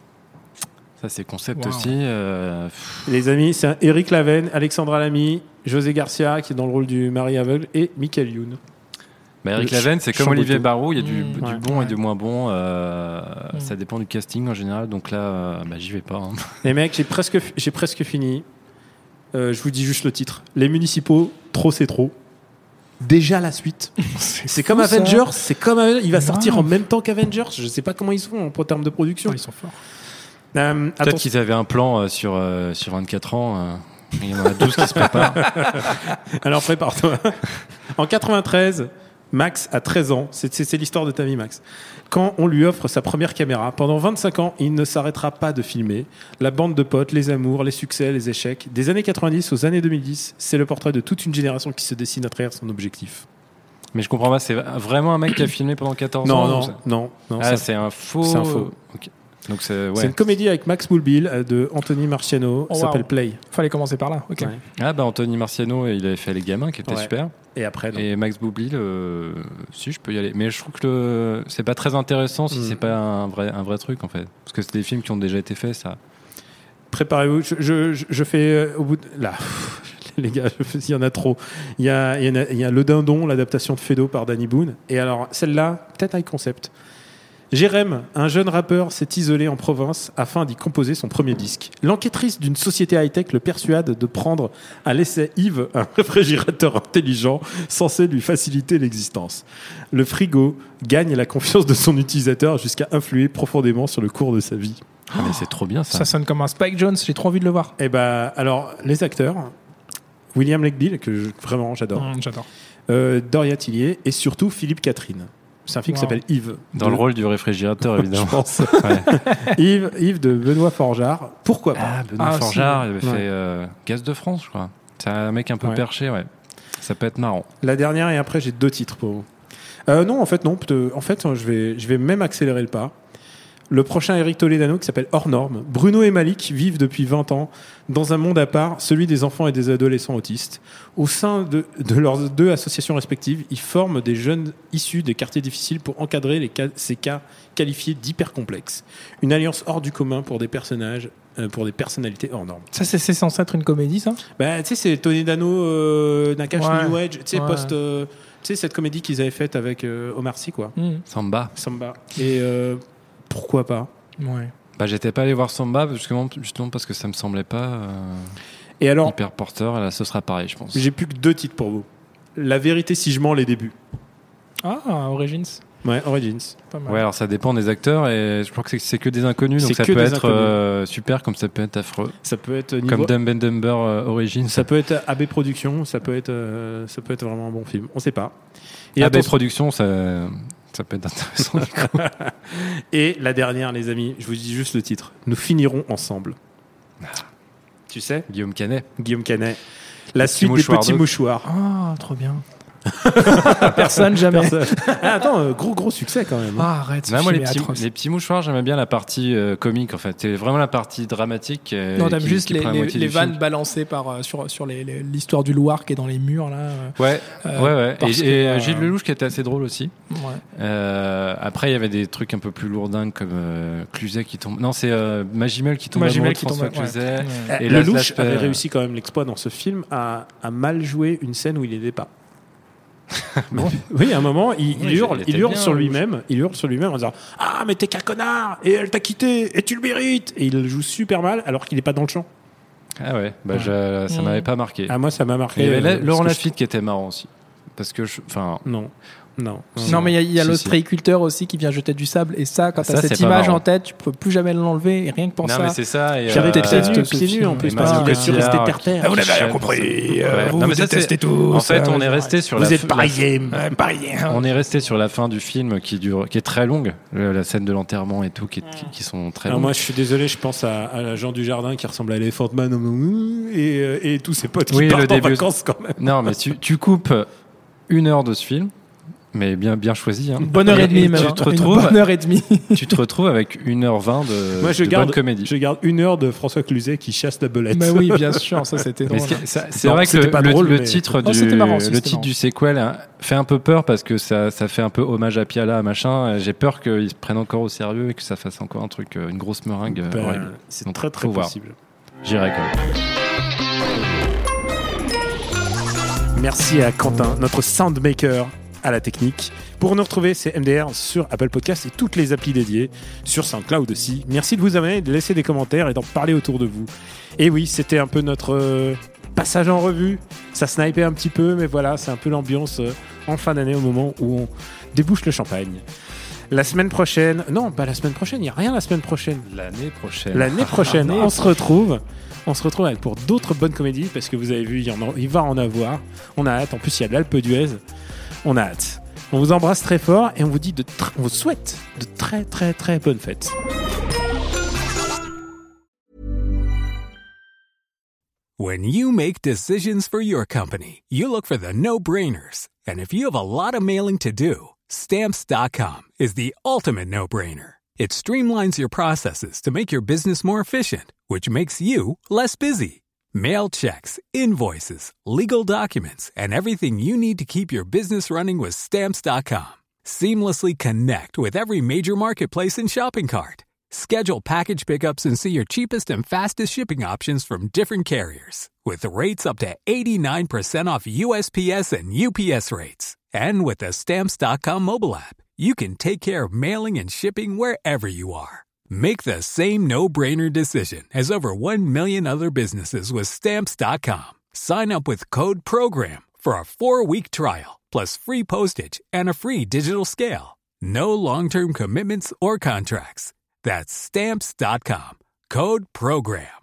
D: Ça c'est concept
E: Wow.
D: aussi. euh,
C: Les amis, c'est un Eric Laven, Alexandra Lamy, José Garcia, qui est dans le rôle du mari aveugle, et Michael Youn.
D: Bah, Eric
C: Le
D: Laven, c'est comme
C: Chamboteau.
D: Olivier Barrault, il y a du,
E: Mmh.
D: du
C: Ouais.
D: bon
E: Ouais.
D: et du moins bon. euh,
E: Mmh.
D: Ça dépend du casting en général. Donc là, euh, bah, j'y vais pas. hein.
C: Les mecs, j'ai presque, j'ai presque fini. Euh, je vous dis juste le titre. Les municipaux, trop c'est trop. Déjà la suite. C'est comme
E: fou, ça.
C: Avengers, c'est comme Avengers. Il va sortir
E: Grave.
C: en même temps qu'Avengers. Je sais pas comment ils sont en termes de production.
E: Oh, ils sont forts.
C: Euh,
D: Peut-être
C: attention.
D: qu'ils avaient un plan euh, sur, euh, sur vingt-quatre ans. euh, il y en a douze qui se préparent.
C: Alors prépare-toi. En quatre-vingt-treize, Max a treize ans. C'est, c'est, c'est l'histoire de ta vie, Max. Quand on lui offre sa première caméra, pendant vingt-cinq ans, il ne s'arrêtera pas de filmer. La bande de potes, les amours, les succès, les échecs. Des années quatre-vingt-dix aux années deux mille dix, c'est le portrait de toute une génération qui se dessine à travers son objectif.
D: Mais je comprends pas, c'est vraiment un mec qui a filmé pendant quatorze
C: Non,
D: ans
C: non,
D: ou ça
C: non, non.
D: Ah,
C: ça-
D: c'est un faux.
C: c'est un faux.
D: Ok. Donc c'est, ouais.
C: C'est une comédie avec Max Boulbil euh, de Anthony Marciano.
E: Oh,
C: Ça s'appelle
E: wow.
C: Play.
E: Fallait commencer par là. Ok.
C: Ouais.
D: Ah bah Anthony Marciano, il avait fait Les Gamins qui était
C: Ouais.
D: super.
C: Et après, non.
D: Et Max Boublil, euh, si je peux y aller. Mais je trouve que le... c'est pas très intéressant si
C: Mm.
D: c'est pas un vrai, un vrai truc en fait. Parce que c'est des films qui ont déjà été faits, ça.
C: Préparez-vous. Je, je, je- je fais euh, au bout de... Là, les gars, je fais- il y en a trop. Il y a, il y en a, il y a Le Dindon, l'adaptation de Fedo par Danny Boone. Et alors, celle-là, peut-être high concept. Jérém, un jeune rappeur, s'est isolé en province afin d'y composer son premier disque. L'enquêtrice d'une société high-tech le persuade de prendre à l'essai Yves un réfrigérateur intelligent censé lui faciliter l'existence. Le frigo gagne la confiance de son utilisateur jusqu'à influer profondément sur le cours de sa vie.
D: Ah, mais c'est trop bien ça.
E: Ça sonne comme un Spike Jonze. J'ai trop envie de le voir.
C: Eh ben, alors, les acteurs, William Lake Bill, que je, vraiment j'adore.
E: Mmh, j'adore.
C: Euh, Doria Tillier et surtout Philippe Catherine. C'est un film wow. qui s'appelle Yves.
D: Dans de... le rôle du réfrigérateur, évidemment.
C: Je pense. Ouais. Yves, Yves de Benoît Forjard. Pourquoi pas
D: ah, Benoît ah, Forjard, si, il avait ouais. fait euh, Gaz de France, je crois. C'est un mec un peu ouais. perché, ouais. Ça peut être marrant.
C: La dernière, et après, j'ai deux titres pour vous. Euh, non, en fait, non. En fait, je vais, je vais même accélérer le pas. Le prochain Eric Toledano qui s'appelle Hors Normes. Bruno et Malik vivent depuis vingt ans dans un monde à part, celui des enfants et des adolescents autistes. Au sein de, de leurs deux associations respectives, ils forment des jeunes issus des quartiers difficiles pour encadrer les cas, ces cas qualifiés d'hyper complexes. Une alliance hors du commun pour des personnages, euh, pour des personnalités hors normes.
E: Ça, c'est, c'est censé être une comédie, ça ?
C: Bah, tu sais, c'est Toledano, euh, Nakash, ouais. New Age, tu sais, ouais. post. Euh, tu sais, cette comédie qu'ils avaient faite avec euh, Omar Sy, quoi.
D: Mmh. Samba.
C: Samba. Et. Euh, Pourquoi pas ?
E: Ouais.
D: Bah, j'étais pas allé voir Samba justement, justement parce que ça me semblait pas euh,
C: et alors,
D: hyper porteur. Là, ce sera pareil, je pense.
C: J'ai plus que deux titres pour vous. La vérité si je mens, les débuts.
E: Ah, Origins.
C: Ouais, Origins.
E: Pas mal.
D: Ouais, alors ça dépend des acteurs et je crois que c'est, c'est que des inconnus, donc c'est ça peut être euh, super comme ça peut être affreux.
C: Ça peut être niveau...
D: comme Dumb and Dumber euh, Origins.
C: Ça peut être A B Productions, ça peut être, euh, ça peut être vraiment un bon film. On sait pas.
D: Et A B Productions, ça. Ça peut être intéressant du coup.
C: Et la dernière, les amis, je vous dis juste le titre. Nous finirons ensemble. Ah. Tu sais ?
D: Guillaume Canet.
C: Guillaume Canet. La suite des petits mouchoirs.
E: Ah, trop bien. Personne, jamais. Personne.
C: Ah, attends, euh, gros gros succès quand même.
E: Ah, arrête.
D: Non, moi, les petits, les petits mouchoirs, j'aimais bien la partie euh, comique en fait. C'est vraiment la partie dramatique. Euh,
E: non, t'aimes
D: qui,
E: juste
D: qui
E: les, les, les vannes
D: film.
E: balancées par, euh, sur, sur les, les, l'histoire du Loir qui est dans les murs là. Euh,
D: ouais, euh, ouais, ouais. Et,
E: que,
D: et
E: euh,
D: Gilles Lelouch qui était assez drôle aussi.
E: Ouais.
D: Euh, après, il y avait des trucs un peu plus lourdingues comme euh, Cluzet qui tombe. Non, c'est euh, Magimel qui tombe.
E: Magimel qui
D: François
E: tombe.
D: Cluzet.
E: Ouais.
C: Ouais. Et Lelouch avait réussi quand même l'exploit dans ce film à, à mal jouer une scène où il n'était pas. Bon. Oui, à un moment, il, il oui, hurle, il hurle bien, sur lui-même, il hurle sur lui-même en disant ah mais t'es qu'un connard et elle t'a quitté et tu le mérites et il le joue super mal alors qu'il est pas dans le champ.
D: Ah ouais, bah ouais. Je, ça mmh. m'avait pas marqué.
C: Ah moi ça m'a marqué.
D: Il y avait
C: euh,
D: Laurent Lafitte je... qui était marrant aussi, parce que enfin
C: non. Non.
E: Non, mais il y a, y a si, l'ostréiculteur si. aussi qui vient jeter du sable. Et ça, quand tu as cette image en tête, tu peux plus jamais l'enlever. Et rien que pour
D: non,
E: ça.
D: Non, mais c'est ça. Et
C: J'avais euh, des pieds nus en plus. Parce qu'il a su rester terre-terre.
E: Vous n'avez rien compris. Vous
D: non, mais détestez tout. En fait, on est resté sur la
E: fin. Vous êtes parisien.
D: On est resté sur la fin du film qui dure, qui est très longue. La scène de l'enterrement et tout, qui sont très longues.
C: Moi, je suis désolé, je pense à Jean Dujardin qui ressemble à Elephant Man et tous ses potes qui partent en vacances quand même.
D: Non, mais tu coupes une heure de ce film. Mais bien, bien choisi. Hein.
E: Une bonne heure et demie, même.
D: Tu te retrouves,
E: une bonne heure et demie.
D: Tu te retrouves avec une heure vingt de,
C: Moi, je
D: de
C: garde,
D: bonne comédie.
C: Je garde une heure de François Cluzet qui chasse la belette.
E: Mais oui, bien sûr, ça c'était drôle.
D: Mais c'est, c'est non, vrai que le,
C: pas
D: le,
C: drôle,
D: le
C: mais...
D: titre,
E: oh,
D: du,
E: marrant,
D: le titre du sequel hein, fait un peu peur parce que ça, ça fait un peu hommage à Piala, machin. J'ai peur qu'ils se prennent encore au sérieux et que ça fasse encore un truc, une grosse meringue.
C: Ben,
D: horrible.
C: c'est
D: donc,
C: très très possible.
D: Voir. J'irai quand
C: même. Merci à Quentin, notre soundmaker à la technique. Pour nous retrouver, c'est M D R sur Apple Podcast et toutes les applis dédiées, sur SoundCloud aussi. Merci de vous abonner, de laisser des commentaires et d'en parler autour de vous. Et oui, c'était un peu notre euh, passage en revue. Ça snipait un petit peu, mais voilà, c'est un peu l'ambiance euh, en fin d'année au moment où on débouche le champagne. La semaine prochaine, non, pas la semaine prochaine, il n'y a rien la semaine prochaine.
D: L'année prochaine.
C: L'année prochaine, on se retrouve. On se retrouve pour d'autres bonnes comédies, parce que vous avez vu, il, y en a, il va en avoir. On a hâte. En plus, il y a de l'Alpe d'Huez. On a hâte. On vous embrasse très fort et on vous dit de tr- on vous souhaite de très très très bonnes fêtes.
G: When you make decisions for your company, you look for the no-brainers. And if you have a lot of mailing to do, Stamps dot com is the ultimate no-brainer. It streamlines your processes to make your business more efficient, which makes you less busy. Mail checks, invoices, legal documents, and everything you need to keep your business running with Stamps dot com. Seamlessly connect with every major marketplace and shopping cart. Schedule package pickups and see your cheapest and fastest shipping options from different carriers. With rates up to eighty-nine percent off U S P S and U P S rates. And with the Stamps dot com mobile app, you can take care of mailing and shipping wherever you are. Make the same no-brainer decision as over one million other businesses with Stamps dot com. Sign up with code PROGRAM for a four-week trial, plus free postage and a free digital scale. No long-term commitments or contracts. That's Stamps dot com. Code PROGRAM.